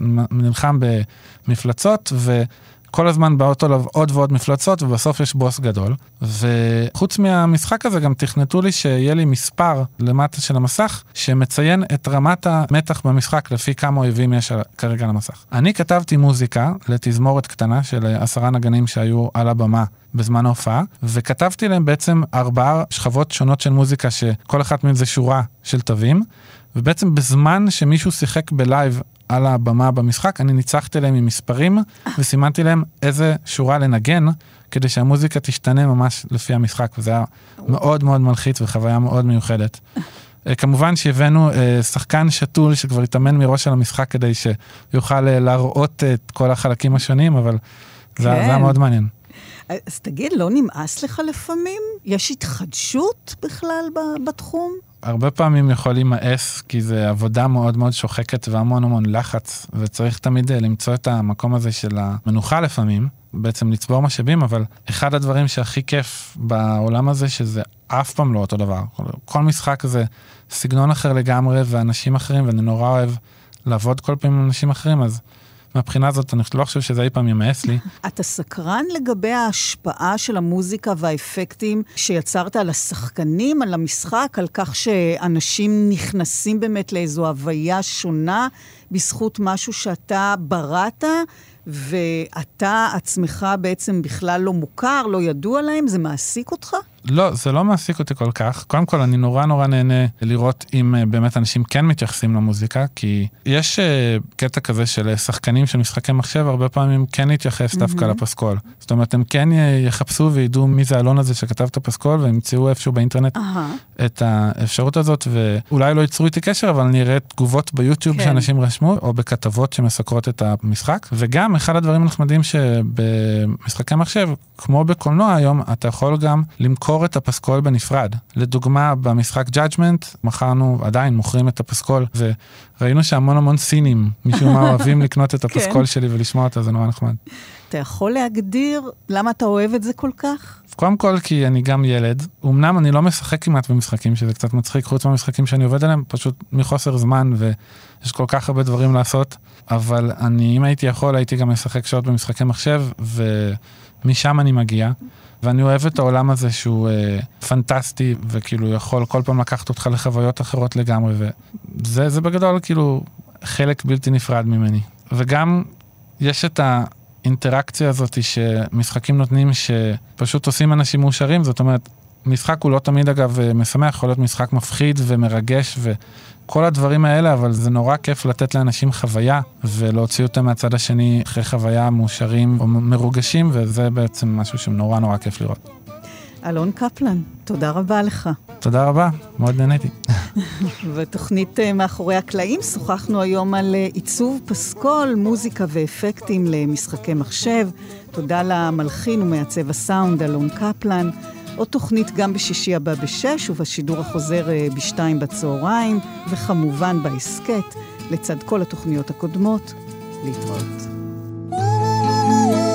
ונלחם במפלצות, וכל הזמן באות עליו עוד ועוד מפלצות, ובסוף יש בוס גדול. וחוץ מהמשחק הזה גם תכנתו לי שיהיה לי מספר למטה של המסך, שמציין את רמת המתח במשחק, לפי כמה אויבים יש כרגע למסך. אני כתבתי מוזיקה לתזמורת קטנה של עשרה נגנים שהיו על הבמה בזמן ההופעה, וכתבתי להם בעצם ארבעה שכבות שונות של מוזיקה, שכל אחת מהן זה שורה של תווים, ובעצם בזמן שמישהו שיחק בלייב על הבמה במשחק, אני ניצחתי להם עם מספרים, וסימנתי להם איזה שורה לנגן, כדי שהמוזיקה תשתנה ממש לפי המשחק, וזה היה מאוד מאוד מלחיץ, וחוויה מאוד מיוחדת. כמובן שהבאנו שחקן שתול, שכבר התאמן מראש על המשחק, כדי שיוכל להראות את כל החלקים השונים, אבל זה היה מאוד מעניין. אז תגיד, לא נמאס לך לפעמים? יש התחדשות בכלל בתחום? הרבה פעמים יכול להימאס, כי זה עבודה מאוד מאוד שוחקת והמון המון לחץ, וצריך תמיד למצוא את המקום הזה של המנוחה לפעמים, בעצם לצבור משאבים, אבל אחד הדברים שהכי כיף בעולם הזה, שזה אף פעם לא אותו דבר. כל משחק זה סגנון אחר לגמרי, ואנשים אחרים, ואני נורא אוהב לעבוד כל פעם עם אנשים אחרים, אז מבחינה הזאת, אני לא חושב שזה אי פעם ימאס לי. אתה סקרן לגבי ההשפעה של המוזיקה והאפקטים שיצרת על השחקנים, על המשחק, על כך שאנשים נכנסים באמת לאיזו הוויה שונה, בזכות משהו שאתה בראת, ואתה עצמך בעצם בכלל לא מוכר, לא ידוע להם, זה מעסיק אותך? לא, זה לא מעסיק אותי כל כך. קודם כל, אני נורא נורא נהנה לראות אם באמת אנשים כן מתייחסים למוזיקה, כי יש קטע כזה של שחקנים של משחקי מחשב, הרבה פעמים כן יתייחס דווקא לפסקול. זאת אומרת, הם כן יחפשו וידעו מי זה אלון הזה שכתב את הפסקול, והם ימצאו איפשהו באינטרנט את האפשרות הזאת, ואולי לא ייצרו איתי קשר, אבל נראה תגובות ביוטיוב שאנשים רשמו, או בכתבות שמסקרות את המשחק. וגם אחד הדברים הנחמדים שבמשחקי מחשב, כמו בקולנוע היום, אתה יכול גם למכור את הפסקול בנפרד. לדוגמה, במשחק Judgment, מכרנו, עדיין מוכרים את הפסקול, וראינו שהמון המון סינים, משום מה אוהבים לקנות את הפסקול שלי ולשמוע אותה, זה נורא נחמד. אתה יכול להגדיר למה אתה אוהב את זה כל כך? קודם כל, כי אני גם ילד. אמנם אני לא משחק כמעט במשחקים, שזה קצת מצחיק, חוץ מהמשחקים שאני עובד עליהם, פשוט מחוסר זמן, ויש כל כך הרבה דברים לעשות. אבל אני, אם הייתי יכול, הייתי גם משחק שעות במשחקי מחשב, ומשם אני מגיע. ואני אוהב את העולם הזה שהוא אה, פנטסטי, וכאילו יכול כל פעם לקחת אותך לחוויות אחרות לגמרי, וזה זה בגדול כאילו חלק בלתי נפרד ממני. וגם יש את האינטראקציה הזאת שמשחקים נותנים, שפשוט עושים אנשים מאושרים, זאת אומרת, משחק הוא לא תמיד אגב משמח, יכול להיות משחק מפחיד ומרגש וכל הדברים האלה, אבל זה נורא כיף לתת לאנשים חוויה ולהוציא אותם מהצד השני אחרי חוויה מאושרים או מרוגשים, וזה בעצם משהו שנורא נורא כיף לראות. אלון קפלן, תודה רבה לך. תודה רבה, מאוד נהניתי. בתוכנית מאחורי הקלעים שוחחנו היום על עיצוב פסקול, מוזיקה ואפקטים למשחקי מחשב. תודה למלחין ומעצב הסאונד אלון קפלן. עוד תוכנית גם בשישי הבא בשש, ובשידור החוזר בשתיים בצהריים, וכמובן בהסקט, לצד כל התוכניות הקודמות. להתראות.